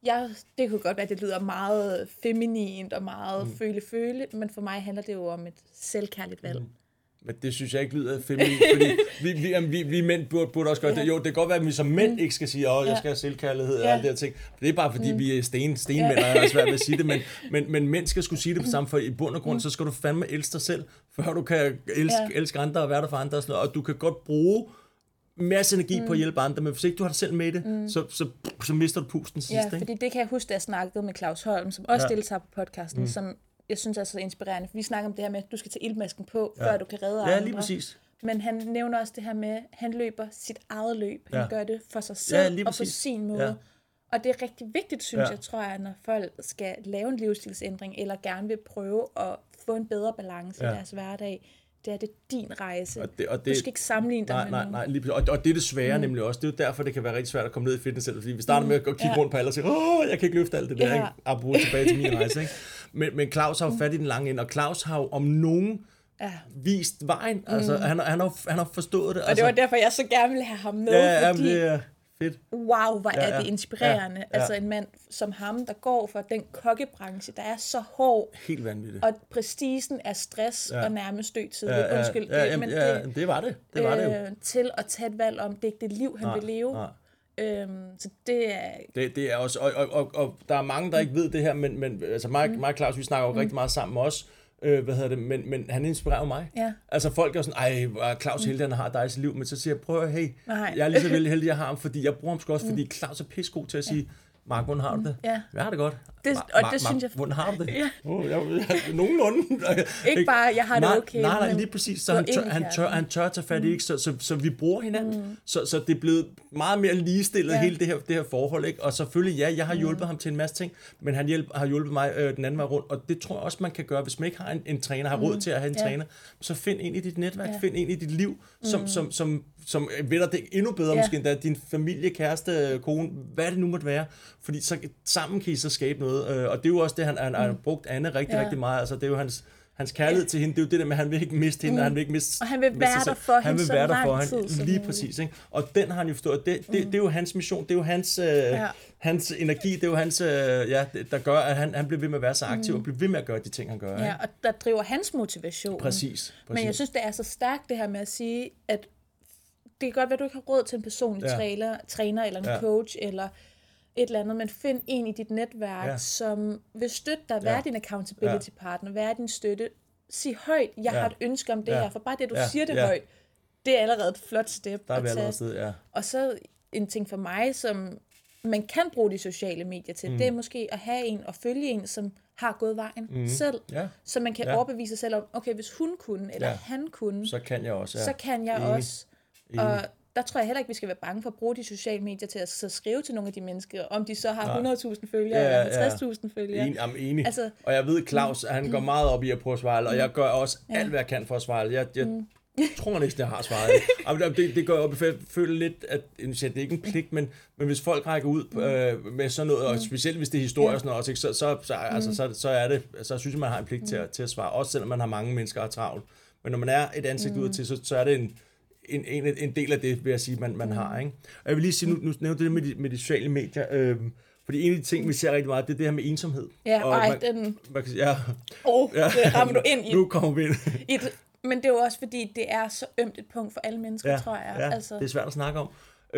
det kunne godt være, at det lyder meget feminint og meget føle, men for mig handler det jo om et selvkærligt valg. Men det synes jeg ikke lyder feminint, fordi vi mænd burde også gøre det. Jo, det kan godt være, at vi som mænd ikke skal sige, jeg skal have selvkærlighed og alle de her ting. Det er bare fordi, vi er stenmænd, og jeg er svært ved at sige det, men mænd skal skulle sige det på samme, for i bund og grund, så skal du fandme elske dig selv, før du kan elske andre og være der for andre og sådan noget. Og du kan godt bruge masse energi på at hjælpe andre, men hvis ikke du har dig selv med i det, så mister du pusten sidst. Ja, fordi det kan jeg huske, da jeg snakkede med Claus Holm, som også deltager på podcasten, som jeg synes er så inspirerende. Vi snakker om det her med, at du skal tage iltmasken på, før du kan redde andre. Ja, lige præcis. Men han nævner også det her med, at han løber sit eget løb. Han gør det for sig selv og på sin måde. Ja. Og det er rigtig vigtigt, synes jeg, tror jeg, når folk skal lave en livsstilsændring, eller gerne vil prøve at få en bedre balance i deres hverdag. Det er din rejse. Og det, du skal ikke sammenligne dig med nogen. Nej, lige og det er det svære nemlig også. Det er jo derfor, det kan være rigtig svært at komme ned i fitnesscenteret, fordi vi starter med at gå kigge rundt på alle og sige, jeg kan ikke løfte alt det der, ikke? Apropos tilbage til min rejse, ikke? Men Claus har jo fat i den lange ende, og Claus har jo om nogen vist vejen. Altså, han har forstået det. Og det var derfor, jeg så gerne ville have ham med, fordi... det er fedt. Wow, hvor er det inspirerende. Altså en mand som ham, der går for den kokkebranche, der er så hård. Helt vanvittigt. Og prestigen er stress og nærmest dødtid. Undskyld. Det var det. Det var det jo. Til at tage et valg om, det er ikke det liv, han vil leve. Så det er... Det er også... Og der er mange, der ikke ved det her, men altså mig og Claus, vi snakker jo rigtig meget sammen også. Men han inspirerer mig. Ja. Altså folk er sådan, Claus Heldig, han har dig i sit liv, men så siger jeg, prøv at jeg er lige så heldig, jeg har ham, fordi jeg bruger ham sgu også, fordi Claus er pissegod til at sige, Mark, hvordan har du det? Ja. Jeg har det godt. Det synes jeg... Hvordan har du det? Ja. Nogenlunde. Ikke bare, jeg har det okay. Nej, lige præcis. Så han tør tage fat i, ikke? Så vi bruger hinanden. Så det er blevet meget mere ligestillet, hele det her forhold, ikke? Og selvfølgelig, jeg har hjulpet ham til en masse ting, men han har hjulpet mig den anden vej rundt, og det tror jeg også, man kan gøre, hvis man ikke har en træner, har råd til at have en træner, så find ind i dit netværk, find ind i dit liv, som ved dig det endnu bedre, måske endda din familie, kæreste, kone, hvad det nu måtte være, fordi så sammen kan I så skabe noget, og det er jo også det, han har brugt Anne rigtig meget, altså det er jo hans Hans kærlighed til hende, det er jo det der med, at han vil ikke miste hende, og han vil ikke miste. Og han vil være der for hende så lang tid. Lige præcis, ikke? Og den har han jo forstået. Det er jo hans mission, det er jo hans energi, det er jo hans, der gør, at han bliver ved med at være så aktiv, og bliver ved med at gøre de ting, han gør. Ja, og der driver hans motivation. Præcis. Men jeg synes, det er så stærkt det her med at sige, at det kan godt være, at du ikke har råd til en personlig træner, eller en coach, eller et eller andet, men find en i dit netværk, som vil støtte dig, være din accountability partner, være din støtte. Sig højt, jeg har et ønske om det her, for bare det, du siger det højt, det er allerede et flot step at tage. Og så en ting for mig, som man kan bruge de sociale medier til, det er måske at have en og følge en, som har gået vejen selv, så man kan overbevise sig selv om, okay, hvis hun kunne, eller han kunne, så kan jeg også. Så kan jeg også. Og der tror jeg heller ikke, vi skal være bange for at bruge de sociale medier til at så skrive til nogle af de mennesker, om de så har 100.000 følgere eller 50.000 følgere. Enig. Altså, og jeg ved, Claus, han går meget op i at prøve at svare, og jeg gør også alt, hvad jeg kan for at svare. Jeg tror næsten, jeg har svaret. Det går op, jeg føler lidt, at det er ikke en pligt, men hvis folk rækker ud med sådan noget, og specielt hvis det er historie og sådan noget, så synes jeg, man har en pligt til at svare, også selvom man har mange mennesker og travlt. Men når man er et ansigt ud til, så er det en del af det, vil jeg sige, man har. Ikke? Og jeg vil lige sige, nu nævnte det med de sociale medier, fordi en af de ting, vi ser rigtig meget, det er det her med ensomhed. Ja, og det rammer du ind i. Nu kommer vi ind. Men det er jo også, fordi det er så ømt et punkt for alle mennesker, tror jeg. Ja, altså. Det er svært at snakke om.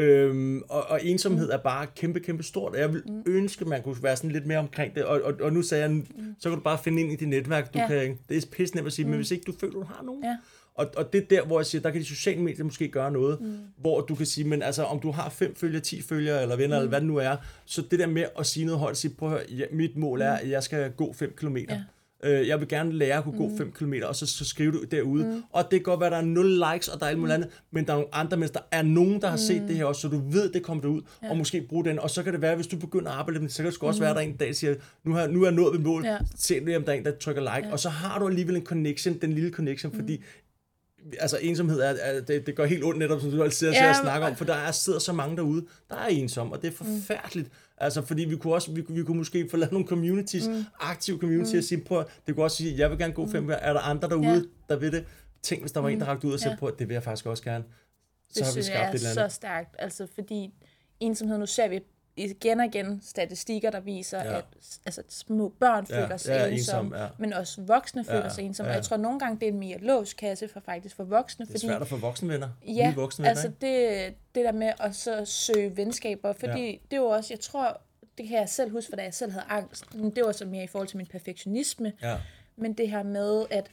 Og ensomhed er bare kæmpe stort, og jeg vil ønske, man kunne være sådan lidt mere omkring det, og nu sagde jeg, så kan du bare finde ind i dit netværk, det er pisse nemt at sige, men hvis ikke du føler, du har nogen, og det er der, hvor jeg siger, der kan de sociale medier måske gøre noget, hvor du kan sige, men altså, om du har 5 følgere, 10 følgere, eller venner, eller hvad det nu er, så det der med at sige noget højt, sige, prøv at høre, mit mål er, at jeg skal gå 5 kilometer. Jeg vil gerne lære at kunne gå 5 kilometer, og så skriver du derude. Og det kan godt være, der er 0 likes, og der er alt muligt andet, men der er nogle andre mennesker, der er nogen, der har set det her også, så du ved, det kommer derud, og måske bruge den. Og så kan det være, hvis du begynder at arbejde med det, så kan det også være, der en dag, der siger, nu er jeg nået ved mål, se lige om der er en, der trykker like, og så har du alligevel en connection, den lille connection, fordi altså ensomhed det går helt ondt netop, som du altid ser at snakke om, for der sidder så mange derude, der er ensomme, og det er forfærdeligt. Altså, fordi vi kunne måske få lavet nogle communities, aktive communities, og sige på, det kunne også sige, jeg vil gerne gå 5 er der andre derude, der vil det? Tænk, hvis der var en, der rakte ud og sagde på, at det vil jeg faktisk også gerne. Så har vi skabt et eller andet. Det så stærkt, altså fordi ensomhed, nu ser vi igen og igen statistikker, der viser, at altså, små børn føler sig ensomme, men også voksne føler sig ensomme. Og jeg tror nogle gange, det er en mere låst kasse for voksne. Det er svært at få voksenvenner. Ja, voksenvenner, altså det der med at så søge venskaber, fordi det er jo også, jeg tror, det kan jeg selv huske, for da jeg selv havde angst, men det var så mere i forhold til min perfektionisme, men det her med at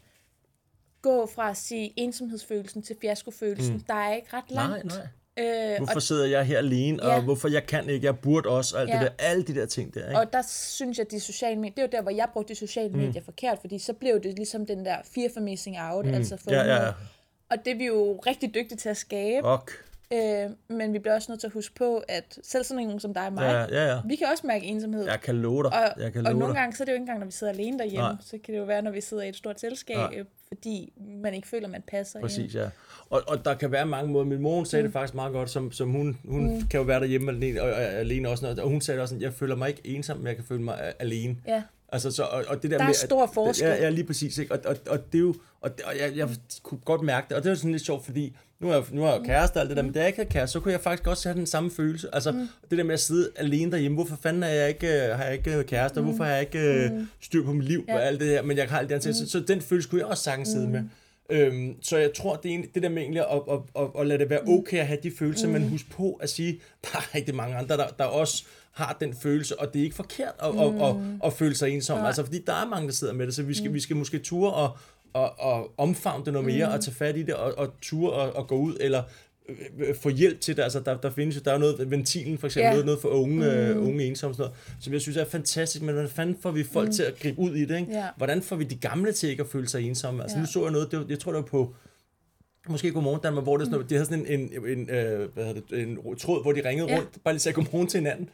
gå fra at sige ensomhedsfølelsen til fiaskofølelsen, der er ikke ret langt. Nej. Hvorfor sidder jeg her alene, og hvorfor jeg kan ikke, jeg burde også, og alt det der, alle de der ting der. Ikke? Og der synes jeg, at de sociale medier, det er jo der, hvor jeg brugte de sociale medier forkert, fordi så blev det ligesom den der fear for missing out, altså for og det er vi jo rigtig dygtige til at skabe. Men vi bliver også nødt til at huske på, at selv sådan nogen som dig og mig, vi kan også mærke ensomhed. Jeg kan love dig. Og nogle gange, så er det jo ikke engang, når vi sidder alene derhjemme, så kan det jo være, når vi sidder i et stort selskab, fordi man ikke føler, man passer. Præcis, ja. Og der kan være mange måder. Min mor sagde det faktisk meget godt, som hun kan jo være derhjemme alene også, og hun sagde også, at jeg føler mig ikke ensom, men jeg kan føle mig alene. Ja. Altså, så, og det der er med, stor forskel. Ja, lige præcis. Ikke? Og det er jo, og jeg kunne godt mærke det, og det var sådan lidt sjovt, fordi nu har jeg kæreste og alt det der, men da jeg ikke havde kæreste, så kunne jeg faktisk også have den samme følelse. Altså, det der med at sidde alene derhjemme, hvorfor fanden har jeg ikke kæreste, og hvorfor har jeg ikke styr på mit liv og alt det her, men jeg har alt det andet. Så den følelse kunne jeg også sagtens sidde med. Så jeg tror, det der med egentlig at lade det være okay at have de følelser, men husk på at sige, der er rigtig mange andre, der også har den følelse, og det er ikke forkert at føle sig ensom, altså fordi der er mange, der sidder med det, så vi skal måske ture og omfavne det noget mere, og tage fat i det, og ture og gå ud, eller få hjælp til det, altså der findes jo, der er noget, ventilen for eksempel, noget for unge ensomme, sådan noget, som jeg synes er fantastisk, men hvordan fanden får vi folk til at gribe ud i det, ikke? Hvordan får vi de gamle til ikke at føle sig ensomme, altså nu så jeg noget, jeg tror det var på måske Godmorgen Danmark, hvor det sådan, de havde sådan en tråd, hvor de ringede rundt, bare lige sagde godmorgen til hinanden.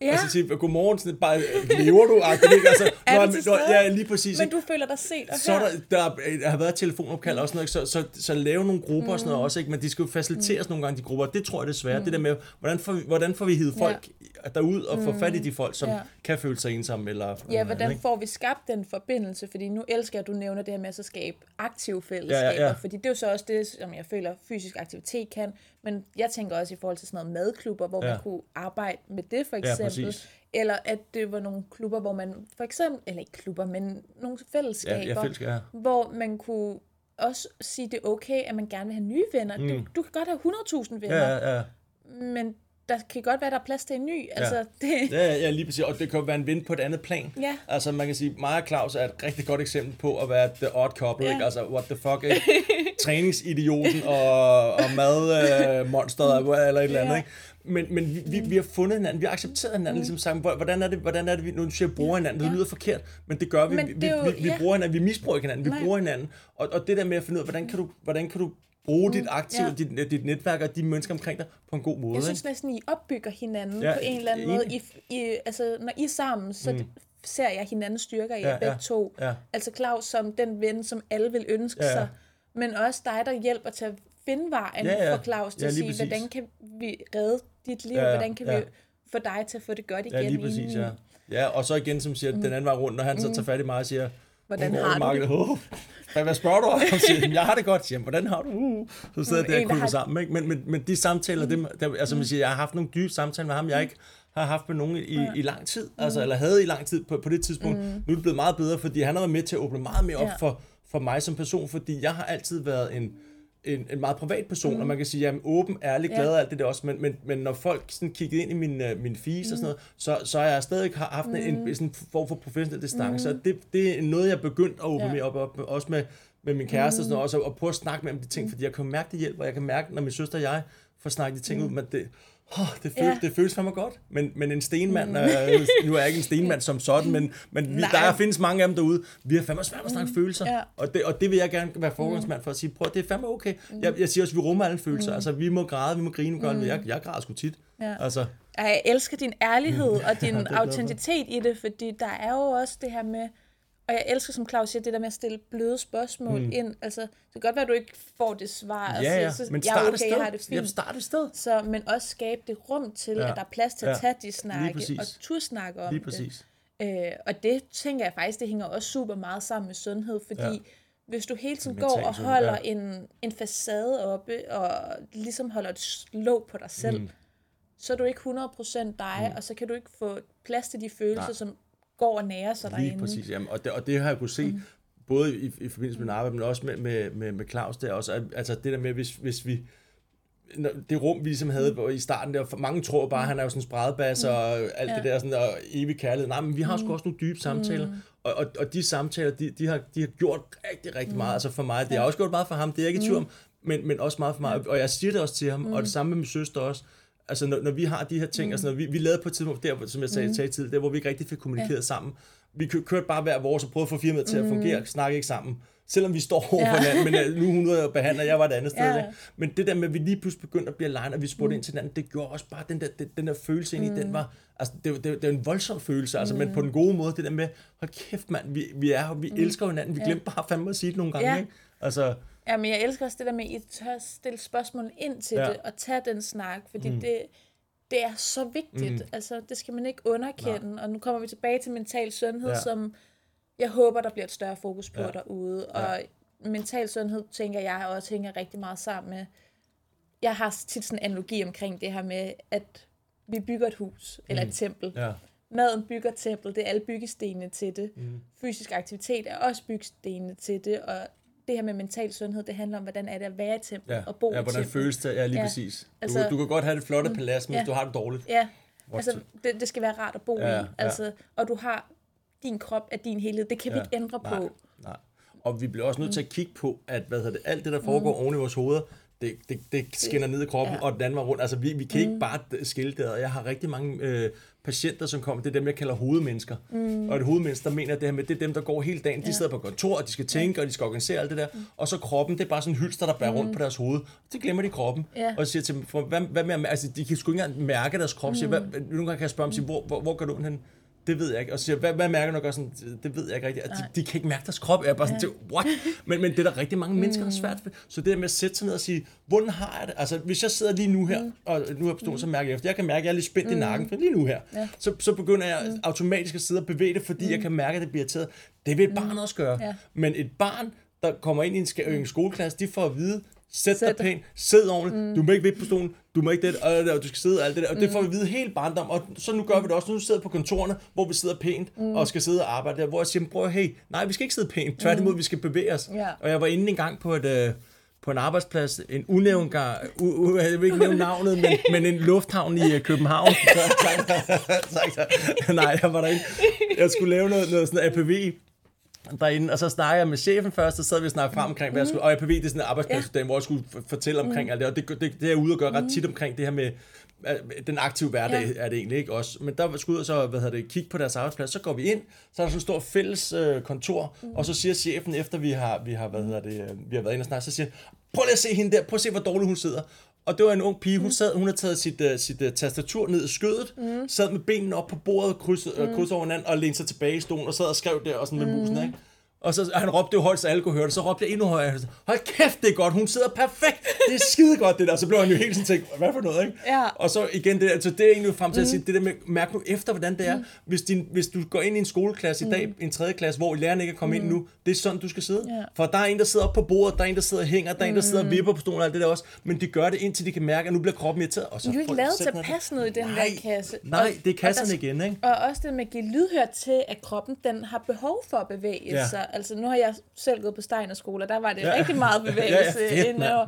Altså sige, godmorgen, sådan, bare, lever du? Altså, ja, lige præcis. Men du føler dig set og så der har været telefonopkald og sådan noget, så lave nogle grupper og sådan noget også, ikke? Men de skal jo faciliteres nogle gange, de grupper. Det tror jeg det er svært. Det der med, hvordan får vi hivet folk derud og få fat i de folk, som kan føle sig ensomme? Eller, hvordan får vi skabt den forbindelse? Fordi nu elsker jeg, at du nævner det her med at skabe aktive fællesskaber, fordi det er jo så også det, som jeg føler, fysisk aktivitet kan. Men jeg tænker også i forhold til sådan noget madklubber, hvor man kunne arbejde med det for eksempel. Eller at det var nogle klubber, hvor man for eksempel, eller ikke klubber, men nogle fællesskaber, hvor man kunne også sige, det er okay, at man gerne vil have nye venner. Du kan godt have 100.000 venner, men der kan godt være, der er plads til en ny. Altså, Ja, lige præcis. Og det kan jo være en ven på et andet plan. Ja. Altså, man kan sige, mig og Claus er et rigtig godt eksempel på at være the odd couple, ikke? Altså, what the fuck, ikke? Træningsidioten og madmonsteret eller et eller andet, ikke? Men vi har fundet hinanden, vi har accepteret hinanden, ligesom sagt, hvordan er det, vi nu siger, bruger hinanden, det lyder forkert, men det gør vi. Vi bruger hinanden, vi misbruger ikke hinanden, vi bruger hinanden. Og det der med at finde ud af, hvordan kan du bruge dit aktiv, dit netværk og de mennesker omkring dig på en god måde. Jeg synes næsten, I opbygger hinanden på en eller anden måde. Altså, når I er sammen, så ser jeg hinandens styrker i begge to. Ja. Altså Claus som den ven, som alle vil ønske sig, men også dig, der hjælper til at finde vejen for Claus til at sige, hvordan kan vi redde dit liv, hvordan kan vi få dig til at få det godt igen. Ja, lige præcis, ja, og så igen, som siger, den anden vej rundt, når han så tager fat i mig og siger, hvordan har du det? Hvad spørger du om? Jeg har det godt. Siger, hvordan har du? Så sidder der og kryber sammen. Ikke? Men de samtaler, altså man siger, jeg har haft nogle dybe samtaler med ham, jeg ikke har haft med nogen i lang tid, altså, eller havde i lang tid på det tidspunkt. Nu er det blevet meget bedre, fordi han har været med til at åbne meget mere op for mig som person, fordi jeg har altid været en meget privat person, og man kan sige, jamen åben, ærlig, glad og alt det der også, men når folk sådan kiggede ind i min feed og sådan noget, så har jeg stadig haft en sådan form for professionel distance, og det er noget, jeg er begyndt at åbne mere op, også med min kæreste og sådan noget, også, og prøve at snakke med om de ting, fordi jeg kan mærke, det hjælper, og jeg kan mærke, når min søster og jeg får snakket de ting ud, men det føles fandme godt, men en stenmand, nu er jeg ikke en stenmand som sådan, men der findes mange af dem derude, vi har fandme svært at snakke følelser, og det vil jeg gerne være forgangsmand for at sige, prøv, det er fandme okay. Jeg siger også, vi rummer alle følelser, altså vi må græde, vi må grine, jeg græder sgu tit. Altså. Jeg elsker din ærlighed og din autenticitet i det, fordi der er jo også det her med, og jeg elsker, som Claus siger, det der med at stille bløde spørgsmål ind. Altså, det kan godt være, at du ikke får det svar. Men start et sted. Så, men også skabe det rum til, at der er plads til at tage de snakke, og snakke om det. Og det tænker jeg faktisk, det hænger også super meget sammen med sundhed, fordi hvis du hele tiden går og holder en facade oppe, og ligesom holder et låg på dig selv, så er du ikke 100% dig, og så kan du ikke få plads til de følelser, som går og nærer sig derinde. Lige præcis, jamen, og det har jeg kunne se, både i forbindelse med arbejde, men også med Claus der også, altså det der med, hvis vi, det rum vi ligesom havde i starten der, mange tror bare, han er jo sådan en spredebas og alt det der, sådan, og evig kærlighed. Nej, men vi har sgu også nogle dybe samtaler, og de samtaler, de har gjort rigtig, rigtig meget, altså for mig, det har også gjort meget for ham, det er jeg ikke i tvivl om, men også meget for mig, og jeg siger det også til ham, og det samme med min søster også. Altså, når vi har de her ting, og sådan noget, vi lavede på et tidspunkt, der, som jeg sagde tidligere, der hvor vi ikke rigtig fik kommunikeret sammen. Vi kørte bare hver vores og prøvede at få firmaet til at fungere, snakke ikke sammen. Selvom vi står over for hinanden, men nu hun er behandler, jeg var et andet sted. Ikke? Men det der med, at vi lige pludselig begyndte at blive alene, og vi spurgte ind til hinanden, det gjorde også bare den der følelse ind i, den var, altså det er en voldsom følelse, altså, men på den gode måde, det der med, hold kæft mand, vi er her, vi elsker hinanden, vi glemte bare fandme at sige det nogle gange, ikke? Altså. Ja, men jeg elsker også det der med, at I tør stille spørgsmål ind til det, og tage den snak, fordi det er så vigtigt. Altså, det skal man ikke underkende. Og nu kommer vi tilbage til mental sundhed, som jeg håber, der bliver et større fokus på derude. Og mental sundhed, tænker jeg, også hænger rigtig meget sammen med. Jeg har tit sådan en analogi omkring det her med, at vi bygger et hus, eller et tempel. Ja. Maden bygger tempel, det er alle byggestenene til det. Fysisk aktivitet er også byggestenene til det, og det her med mental sundhed, det handler om, hvordan er det at være i tempel og bo i tempel. Hvordan føles det? Ja, lige præcis. Altså, du kan godt have det flotte palads, men hvis du har det dårligt. Ja, altså det skal være rart at bo i. Altså, og du har din krop af din helhed. Det kan vi ikke ændre på. Nej. Og vi bliver også nødt til at kigge på, at alt det, der foregår oven i vores hoveder, det skinner ned i kroppen, og den anden var rundt. Altså, vi kan ikke bare skille det. Og jeg har rigtig mange patienter, som kommer, det er dem, jeg kalder hovedmennesker. Og et hovedmennesker, der mener det her med, det er dem, der går hele dagen. De sidder på kontor, og de skal tænke, og de skal organisere alt det der. Og så kroppen, det er bare sådan en hylster, der bærer rundt på deres hoved. Det glemmer de kroppen. Og siger til dem, hvad med, altså, de kan sgu ikke engang mærke deres krop. Siger, nogle gange kan jeg spørge dem, hvor går du hen? Det ved jeg ikke. Og så siger hvad mærker du? Gør sådan, det ved jeg ikke rigtigt. De kan ikke mærke deres krop. Jeg er bare sådan, what? Men det er der rigtig mange mennesker, der er svært ved. Så det der med at sætte sig ned og sige, hvordan har jeg det? Altså, hvis jeg sidder lige nu her, og nu har jeg så mærker jeg efter. Jeg kan mærke, at jeg er lidt spændt i nakken, for lige nu her. Så begynder jeg automatisk at sidde og bevæge det, fordi jeg kan mærke, at det bliver irriteret. Det vil et barn også gøre. Men et barn, der kommer ind i en skoleklasse, de får at vide, sæt dig pænt, sid ordentligt, du må ikke vippe på stolen, du må ikke det, og du skal sidde og alt det der, og det får vi at vide hele barndom, og så nu gør vi det også, nu sidder vi på kontorerne, hvor vi sidder pænt, og skal sidde og arbejde der, hvor jeg siger, prøv hey, nej, vi skal ikke sidde pænt, tværtimod, vi skal bevæge os. Og jeg var inde en gang på en arbejdsplads, en unævnt jeg vil ikke nævne navnet, men en lufthavn i København. Nej, jeg var derinde. Jeg skulle lave noget sådan APV, derinde, og så snakker jeg med chefen først, og så sad vi og snakkede frem omkring, hvad jeg skulle, og APV, det er sådan en arbejdsplads, hvor jeg skulle fortælle omkring alt det, og det er jeg ude og gøre ret tit omkring det her med den aktive hverdag, er det egentlig ikke også, men der skulle jeg så, kigge på deres arbejdsplads, så går vi ind, så er der sådan en stor fælles kontor, og så siger chefen, efter vi har været inde og snakke, så siger prøv lige at se hende der, prøv at se, hvor dårligt hun sidder. Og det var en ung pige, hun havde taget sit tastatur ned i skødet, sad med benene op på bordet, kryds over hinanden, og lænede sig tilbage i stolen, og sad og skrev der, og sådan med musen, ikke? Og så han råbte jo højt, så alle kunne høre det, så råbte jeg endnu højere, hold kæft, det er godt, hun sidder perfekt, det er skide godt det der, så blev han jo helt sådan tænkt, hvad for noget, ikke? Og så igen det der, så det er egentlig frem til at sige, det der med, mærk nu efter, hvordan det er, hvis du går ind i en skoleklasse i dag, en 3. klasse, hvor læreren ikke er kommet ind nu, det er sådan, du skal sidde. For der er en, der sidder op på bordet, der er en, der sidder og hænger, der er en, der sidder og vipper på stolen og alt det der også, men de gør det indtil de kan mærke, at nu bliver kroppen irriteret. Og så du er ikke lavet til at passe noget i den der kasse. Nej, det er kasserne igen, ikke? Og også det med at give lydhør til, at kroppen, den har behov for at bevæge sig. Altså nu har jeg selv gået på Steinerskole, der var det rigtig meget bevægelse indover.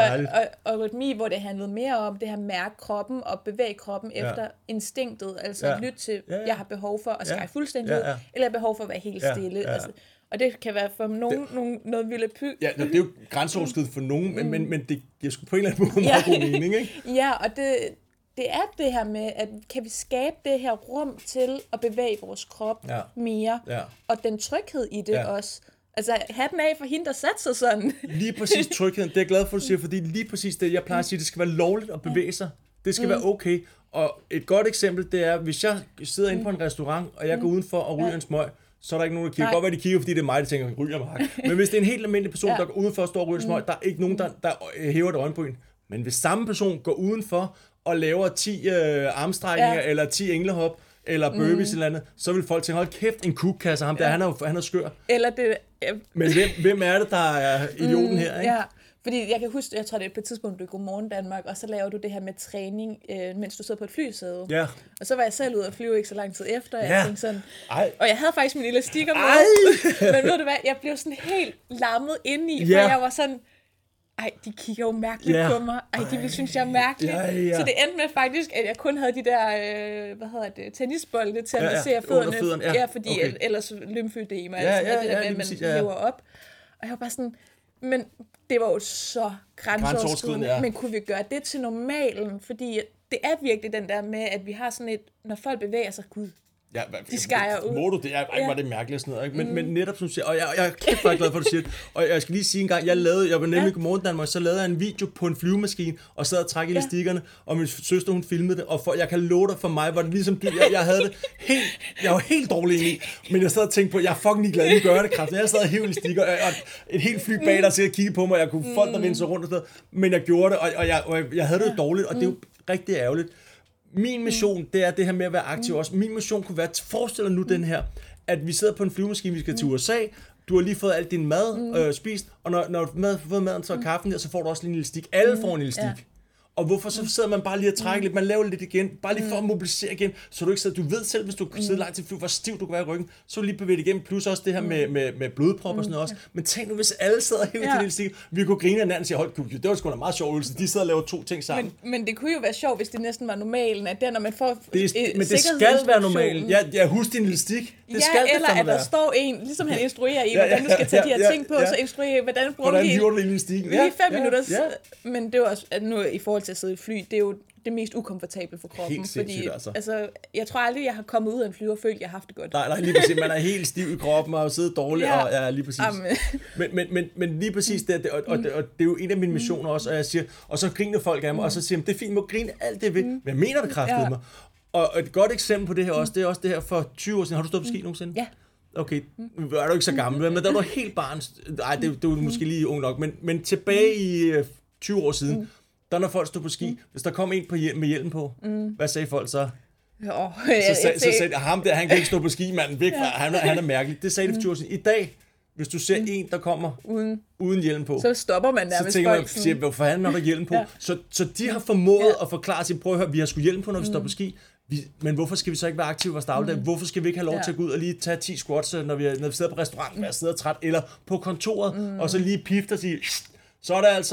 Og rytmi, hvor det handlede mere om det her mærke kroppen og bevæge kroppen efter instinktet, altså lytte til, jeg har behov for at skære fuldstændig ud, eller jeg har behov for at være helt stille. Altså, og det kan være for nogen noget vildt pyg. Ja, det er jo grænseoverskridende for nogen, men det giver sgu på en eller anden måde meget god mening, ikke? Ja, og det er det her med, at kan vi skabe det her rum til at bevæge vores krop mere, og den tryghed i det også. Altså, hatten af for hende, der satte sig sådan. Lige præcis trygheden, det er jeg glad for, at du siger, fordi lige præcis det, jeg plejer at sige, det skal være lovligt at bevæge sig. Det skal være okay. Og et godt eksempel, det er, hvis jeg sidder inde på en restaurant, og jeg går udenfor og ryger en smøg, så er der ikke nogen, der kigger. Godt være, de kigger, fordi det er mig, der tænker, ryger Mark. Men hvis det er en helt almindelig person, der går udenfor og står og ryger en smøg, der er ikke nogen, der hæver et øjenbryn. Men hvis samme person går udenfor og laver 10 armstrækninger, eller 10 englehop, eller burpees eller andet, så vil folk tænke, hold kæft, en kugkasse, ham der, han er skør. Eller det... Men hvem er det, der er idioten her, ikke? Ja, fordi jeg kan huske, jeg tror det er på et tidspunkt, du er i Godmorgen Danmark, og så laver du det her med træning, mens du sidder på et flysæde. Ja. Og så var jeg selv ude at flyve ikke så lang tid efter, og jeg tænkte sådan, og jeg havde faktisk min elastikker med, men ved du hvad, jeg blev sådan helt lammet indeni, for jeg var sådan, de kigger jo mærkeligt på mig. De vil synes, jeg er mærkelig. Så det endte med faktisk, at jeg kun havde de der, tennisbolde til at massere fødderne. Ja, fordi ellers lymfødema og det der med, at man lever op. Og jeg var bare sådan, men det var jo så grænseoverskridende. Men kunne vi gøre det til normalen? Fordi det er virkelig den der med, at vi har sådan et, når folk bevæger sig, gud, Ja, de skærer ud. Må du det? Var det mærkeligt sådan noget, ikke? Men netop som du siger, og jeg er kæft glad for, at du siger det. Og jeg skal lige sige en gang, jeg var nemlig i Godmorgen Danmark, så lavede jeg en video på en flyvemaskine, og sad og trak elastikkerne, og min søster, hun filmede det, og jeg kan love dig, for mig var det ligesom, jeg havde det helt, jeg var helt dårlig i, men jeg sad og tænkte på, jeg er fucking ligeglad, nu gør det kraft. Jeg sad og hævde elastikker, og et helt fly bag der sikkert kiggede på mig, og jeg kunne folk der vendte sig rundt og sådan noget, men jeg gjorde det, og jeg havde det dårligt, og det er jo rigtig ærgerligt. Min mission, det er det her med at være aktiv også. Min mission kunne være, forestil dig nu den her, at vi sidder på en flyvemaskine, vi skal til USA, du har lige fået alt din mad spist, og når du har fået maden, så er kaffen der, så får du også lige en elastik. Alle får en elastik. Og hvorfor så sidder man bare lige og trækker lidt, man laver lidt igen, bare lige for at mobilisere igen, så du ikke sidder, du ved selv, hvis du sidder langt til fly, hvor stiv du kan være i ryggen, så lige bevæge det igen, plus også det her med blodprop og sådan noget også. Men tænk nu, hvis alle sidder helt til det stik, vi kunne grine af hinanden og sige, hold Gud, det var sgu da meget sjov øvelse, de sidder og laver 2 ting sammen. Men det kunne jo være sjovt, hvis det næsten var normalen, at når man får men det skal være normalen. Ja, husk din elastik. Det skal eller at der står en, ligesom han instruerer i, hvordan du skal tage de her ting på, så instruerer hvordan bruger du hiver du elastikken? Lige 5 minutter. Men det er også, at nu i forhold til at sidde i fly, det er jo det mest ukomfortable for kroppen. Helt sindssygt, altså, jeg tror aldrig, jeg har kommet ud af en fly og følt, at jeg har haft det godt. Nej, lige præcis. Man er helt stiv i kroppen og sidder dårligt, og lige præcis. Men lige præcis det, og det er jo en af mine missioner også, og jeg siger, og så griner folk af mig, og så siger det er fint, må grine alt det ved, men jeg mener det kraftedeme mig. Og et godt eksempel på det her også, det er også det her for 20 år siden. Har du stået på ski nogensinde? Ja. Okay, er du ikke så gammel, men der var helt barn. Nej, det var måske lige ung nok, men tilbage i 20 år siden, der når folk stod på ski, hvis der kom en med hjelm på, hvad sagde folk så? Så sagde ham der, han kan ikke stå på ski, manden, væk fra, han er mærkelig. Det sagde de for 20 år siden. I dag, hvis du ser en, der kommer uden hjelm på, så stopper man nærmest. Så tænker man, siger, hvorfor fanden har der hjelm på? Så de har formået at forklare sig, prøv at høre, vi har sgu hjelm på, når vi står på ski. Men hvorfor skal vi så ikke være aktive i vores dagligdag? Hvorfor skal vi ikke have lov til at gå ud og lige tage 10 squats, når vi sidder på restauranten, og jeg sidder træt, eller på kontoret, og så lige pifte og sige, så er der altså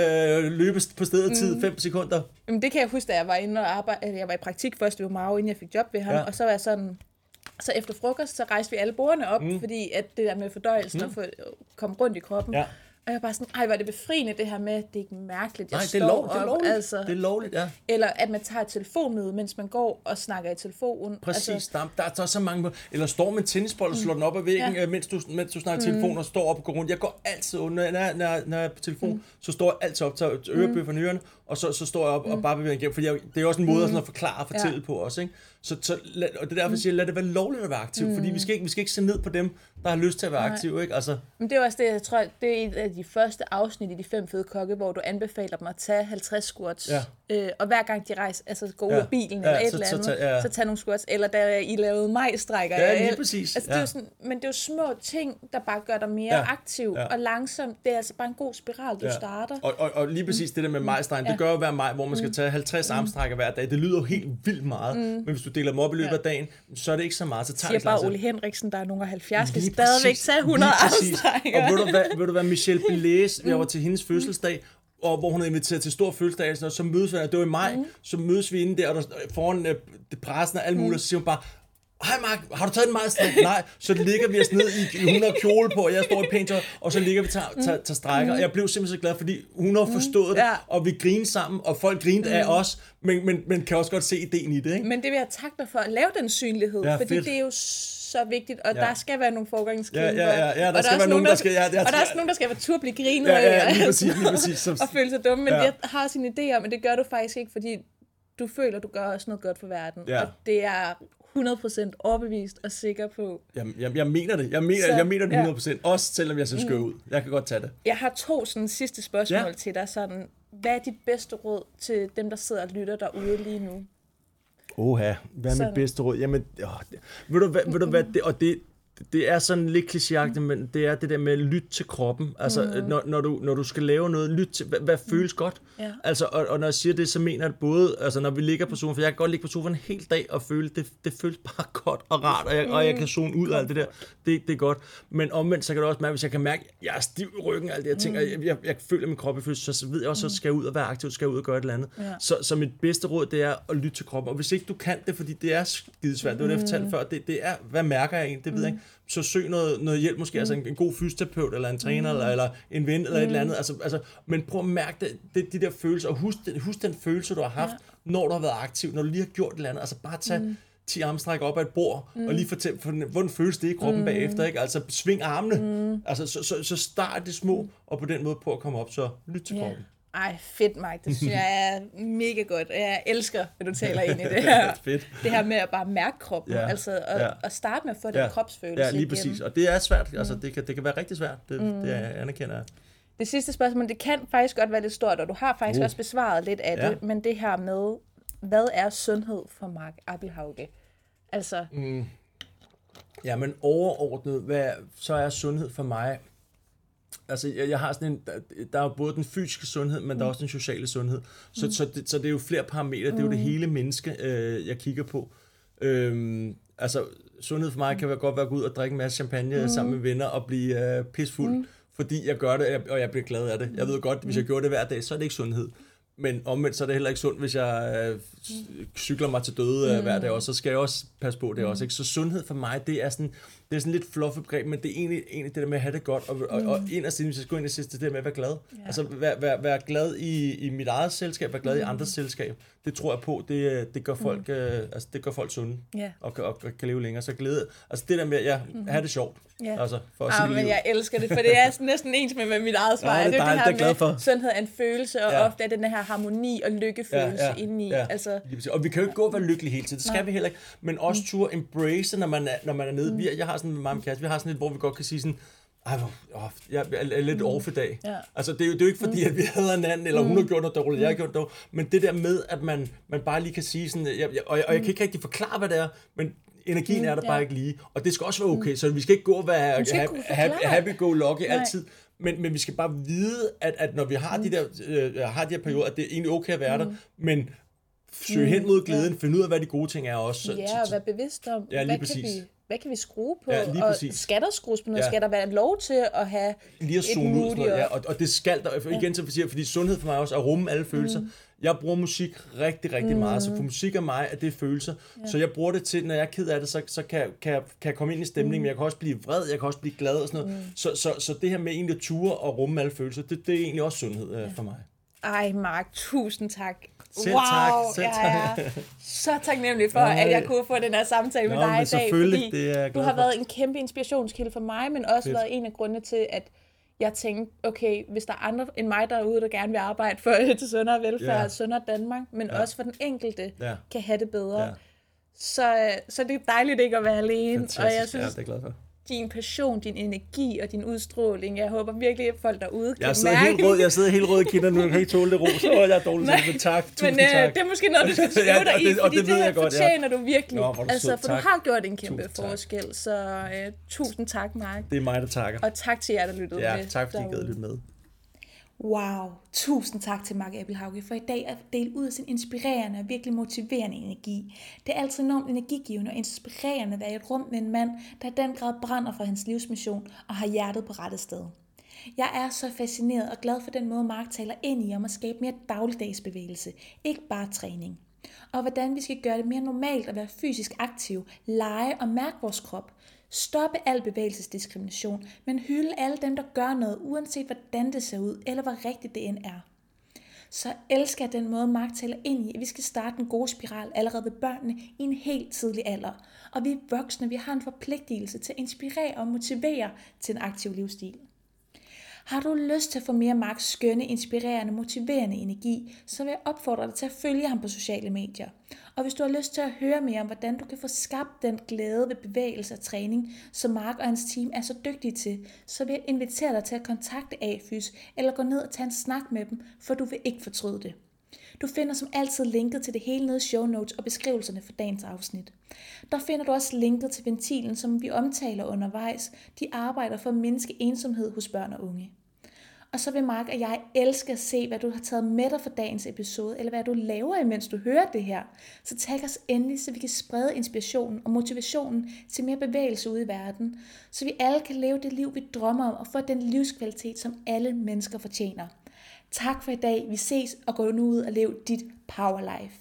løbe på stedet tid 5 sekunder. Jamen, det kan jeg huske, da jeg var inde og arbejde. Jeg var i praktik først ved Omaro, inden jeg fik job ved ham, og så var jeg sådan, så efter frokost, så rejste vi alle bordene op, fordi at det der med fordøjelsen og komme rundt i kroppen. Ja. Og jeg var bare sådan, ej, hvor er det befriende det her med, det er ikke mærkeligt, jeg står op. Det er lovligt, altså. Det er lovligt, ja. Eller at man tager et telefonmøde, mens man går og snakker i telefonen. Præcis, altså, der er så mange. Eller står med en tennisbold og slår den op ad væggen, mens du snakker i telefon og står op og går rundt. Jeg går altid under, når jeg er på telefon, så står jeg altid op, tager ørebøfferne i ørerne, og så står jeg op og bare bevæger igennem, for det er også en måde at, sådan at forklare og fortælle på os, ikke? Og det er derfor, jeg siger, lad det være lovligt at være aktiv, fordi vi skal ikke se ned på dem, der har lyst til at være aktive, ikke? Altså. Men det er også det, jeg tror, det er et af de første afsnit i De 5 fede kokke, hvor du anbefaler dem at tage 50 squats, og hver gang de rejser, altså gå ud af bilen eller et eller andet, så tag nogle squats, eller da I lavede majstrækker. Ja, lige præcis. Altså, det er jo sådan, men det er jo små ting, der bare gør dig mere aktiv, og langsomt, det er altså bare en god spiral, du starter. Og lige præcis det der med majstrækken, det gør jo hver maj, hvor man skal tage 50 armstrækker hver dag. Det lyder jo helt vildt meget, men hvis du deler dem op i løbet af dagen, så er det ikke så meget. Så tager det bare Ole Henriksen, der er nogle 70, skal stadigvæk tage 100 armstrækker. Og ved du hvad, Michelle Belæs, jeg var til hendes fødselsdag, og hvor hun er inviteret til stor fødselsdag, så mødes vi, det var i maj, så mødes vi inde der, og der foran pressen og alt muligt, og så siger hun bare, hej Mark, har du taget en majstræk? Nej, så ligger vi os ned i 100 kjole på, og jeg står i pænt tøj, og så ligger vi tager strækker. Og jeg blev simpelthen så glad, fordi hun har forstået det, og vi grinede sammen, og folk grinede af os, men kan også godt se ideen i det, ikke? Men det vil jeg takke dig for at lave den synlighed, fordi det er jo så vigtigt, og der skal være nogle forgangsgriner. Der skal være nogen, der skal... Og der er også nogen, der skal være tur blive grinet lige præcis. Og føle sig dumme, men jeg har også en idé om, men det gør du faktisk ikke, fordi du føler, du gør også noget godt for verden. Og det er 100% overbevist og sikker på. Jeg mener det. Jeg mener det 100%. Også selvom jeg ser skør ud. Jeg kan godt tage det. Jeg har 2 sådan sidste spørgsmål til dig. Sådan, hvad er dit bedste råd til dem, der sidder og lytter derude lige nu? Hvad er mit bedste råd? Jamen, ved du hvad, det er sådan lidt klichéagtigt, men det er det der med at lytte til kroppen. Altså, når du skal lave noget, lyt til, hvad føles godt. Ja. Altså, og når jeg siger det, så mener jeg det både, altså når vi ligger på sofaen, for jeg kan godt ligge på sofaen en hel dag og føle, det føles bare godt og rart, og jeg kan zone ud af alt det der. Det er godt. Men omvendt, så kan du også mærke, hvis jeg kan mærke, at jeg er stiv i ryggen, alt det jeg tænker, jeg føler, at min krop føles, så ved jeg også, så skal jeg ud og være aktiv, skal jeg ud og gøre et eller andet. Ja. Så mit bedste råd, det er at lytte til kroppen. Og hvis ikke du kan det, fordi det er skidesvært, det var det, jeg fortalte før, det er, hvad mærker jeg egentlig, det ved jeg ikke. Så søg noget hjælp måske, altså en god fysioterapeut, eller en træner, eller en ven, eller et eller andet. Altså, men prøv at mærke de der følelser, og husk den følelse, du har haft, når du har været aktiv, når du lige har gjort et eller andet. Altså bare tage 10 armstræk op ad et bord, og lige fortælle, hvordan føles det i kroppen bagefter, ikke? Altså sving armene. Altså, så start det små, og på den måde på at komme op, så lyt til kroppen. Ej, fedt, Mark. Det synes jeg er mega godt. Jeg elsker, at du taler ind i det her. Fedt. Det her med at bare mærke kroppen. Altså at starte med at få den kropsfølelse igen. Ja, lige præcis. Og det er svært. Altså, det kan være rigtig svært. Det anerkender jeg. Det sidste spørgsmål, det kan faktisk godt være lidt stort, og du har faktisk også besvaret lidt af det, men det her med, hvad er sundhed for Mark Abildhauge? Altså... Ja, men overordnet, så er sundhed for mig... altså jeg har sådan en, der er jo både den fysiske sundhed, men der er også den sociale sundhed. Så det er jo flere parametre, det er jo det hele menneske, jeg kigger på. Altså sundhed for mig kan godt være at gå ud og drikke en masse champagne sammen med venner og blive pisfuld, fordi jeg gør det, og jeg bliver glad af det. Jeg ved godt, hvis jeg gjorde det hver dag, så er det ikke sundhed. Men omvendt så er det heller ikke sundt, hvis jeg cykler mig til døde hver dag også, så skal jeg også passe på det også. Ikke? Så sundhed for mig, det er sådan lidt fluffy begreb, men det er egentlig det der med at have det godt, og inderst hvis jeg skal gå ind og sige, det der med at være glad. Ja. Altså være glad i mit eget selskab, være glad i andres selskab. Det tror jeg på, det gør folk, det gør folk sunde, og kan leve længere. Så glæde, altså det der med at have det sjovt. Ja. Altså, for men jeg elsker det, for det er næsten ens med mit eget svar. Det er det her med, sundhed er en følelse, og ofte er den her harmoni og lykkefølelse indeni. Ja. Altså, og vi kan jo ikke gå og være lykkelige hele tiden, det skal vi heller ikke, men også turde embrace, når man er nede. Jeg har sådan med mig og Kæreste, vi har sådan lidt, hvor vi godt kan sige sådan, jeg er lidt off i dag. Ja. Altså det er jo ikke fordi, at vi havde en anden, eller hun har gjort noget dårligt, jeg har gjort noget, men det der med, at man bare lige kan sige sådan, og jeg kan ikke rigtig forklare, hvad det er, men energien er der bare ikke lige, og det skal også være okay, så vi skal ikke gå og være happy-go-lucky altid, men vi skal bare vide, at når vi har de der perioder, at det er egentlig okay at være der, men søge hen mod glæden, finde ud af, hvad de gode ting er også. Ja, og være bevidst om, hvad kan vi skrue på, og skal der skrues på noget, skal der være lov til at have lige at zoome ud, og det skal der, igen som vi siger, fordi sundhed for mig også er at rumme alle følelser. Jeg bruger musik rigtig, rigtig meget, så for musik af mig er det følelser, så jeg bruger det til, når jeg er ked af det, så kan jeg komme ind i stemningen, men jeg kan også blive vred, jeg kan også blive glad og sådan noget, så det her med egentlig at ture og rumme alle følelser, det er egentlig også sundhed for mig. Ej Mark, tusind tak. Selv tak. Jeg er så taknemmelig for, at jeg kunne få den her samtale med dig i dag, fordi du har været en kæmpe inspirationskilde for mig, men også været en af grundene til, at jeg tænkte, okay, hvis der er andre end mig derude, der gerne vil arbejde for et sundere velfærd, sundere Danmark, men også for den enkelte kan have det bedre, så det er dejligt ikke at være alene. Fantastisk. Og jeg synes, det er glad for. Din passion, din energi og din udstråling. Jeg håber virkelig, at folk derude kan mærke. Jeg sidder helt rød i kinderne, nu kan ikke tåle det ros. Jeg er dårlig til det, tak. Tusind tak. Det er måske noget, du skal skrive dig i, fordi det her fortjener du virkelig. For du har gjort en kæmpe forskel, så tusind tak, Mark. Det er mig, der takker. Og tak til jer, der lyttede med. Ja, tak fordi I gad lytte med. Wow, tusind tak til Mark Abildhauge for i dag at dele ud af sin inspirerende og virkelig motiverende energi. Det er altid enormt energigivende og inspirerende at være i et rum med en mand, der i den grad brænder for hans livsmission og har hjertet på rette sted. Jeg er så fascineret og glad for den måde, Mark taler ind i om at skabe mere dagligdags bevægelse, ikke bare træning. Og hvordan vi skal gøre det mere normalt at være fysisk aktiv, lege og mærke vores krop. Stoppe al bevægelsesdiskrimination, men hylde alle dem, der gør noget, uanset hvordan det ser ud, eller hvor rigtigt det end er. Så elsker jeg den måde, Mark taler ind i, at vi skal starte en god spiral allerede ved børnene i en helt tidlig alder. Og vi voksne, vi har en forpligtelse til at inspirere og motivere til en aktiv livsstil. Har du lyst til at få mere Marks skønne, inspirerende, motiverende energi, så vil jeg opfordre dig til at følge ham på sociale medier. Og hvis du har lyst til at høre mere om, hvordan du kan få skabt den glæde ved bevægelse og træning, som Mark og hans team er så dygtige til, så vil jeg invitere dig til at kontakte AFYS eller gå ned og tage en snak med dem, for du vil ikke fortryde det. Du finder som altid linket til det hele nede i show notes og beskrivelserne for dagens afsnit. Der finder du også linket til Ventilen, som vi omtaler undervejs. De arbejder for at mindske ensomhed hos børn og unge. Og så vil Mark og jeg elske at se, hvad du har taget med dig for dagens episode, eller hvad du laver, imens du hører det her. Så tag os endelig, så vi kan sprede inspirationen og motivationen til mere bevægelse ude i verden, så vi alle kan leve det liv, vi drømmer om, og få den livskvalitet, som alle mennesker fortjener. Tak for i dag. Vi ses og gå nu ud og lev dit power life.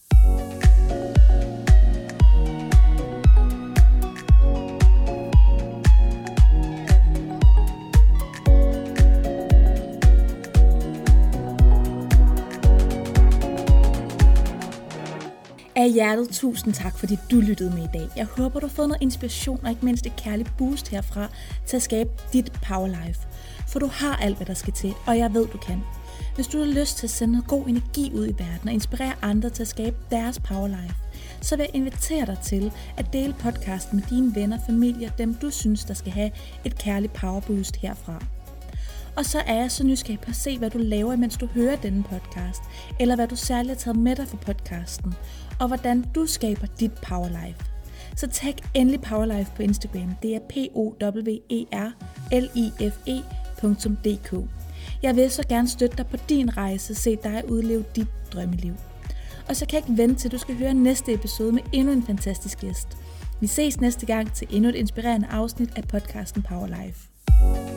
Af hjertet tusind tak, fordi du lyttede med i dag. Jeg håber, du har fået noget inspiration og ikke mindst et kærligt boost herfra til at skabe dit power life. For du har alt, hvad der skal til, og jeg ved, du kan. Hvis du har lyst til at sende noget god energi ud i verden og inspirere andre til at skabe deres power life, så vil jeg invitere dig til at dele podcasten med dine venner, familie og dem, du synes, der skal have et kærligt power boost herfra. Og så er jeg så nysgerrig på at se, hvad du laver, mens du hører denne podcast, eller hvad du særligt har taget med dig fra podcasten, og hvordan du skaber dit powerlife. Så tag endelig Powerlife på Instagram. Det er POWERLIFE powerlife.dk. Jeg vil så gerne støtte dig på din rejse, se dig udleve dit drømmeliv. Og så kan jeg ikke vente til, du skal høre næste episode med endnu en fantastisk gæst. Vi ses næste gang til endnu et inspirerende afsnit af podcasten Powerlife.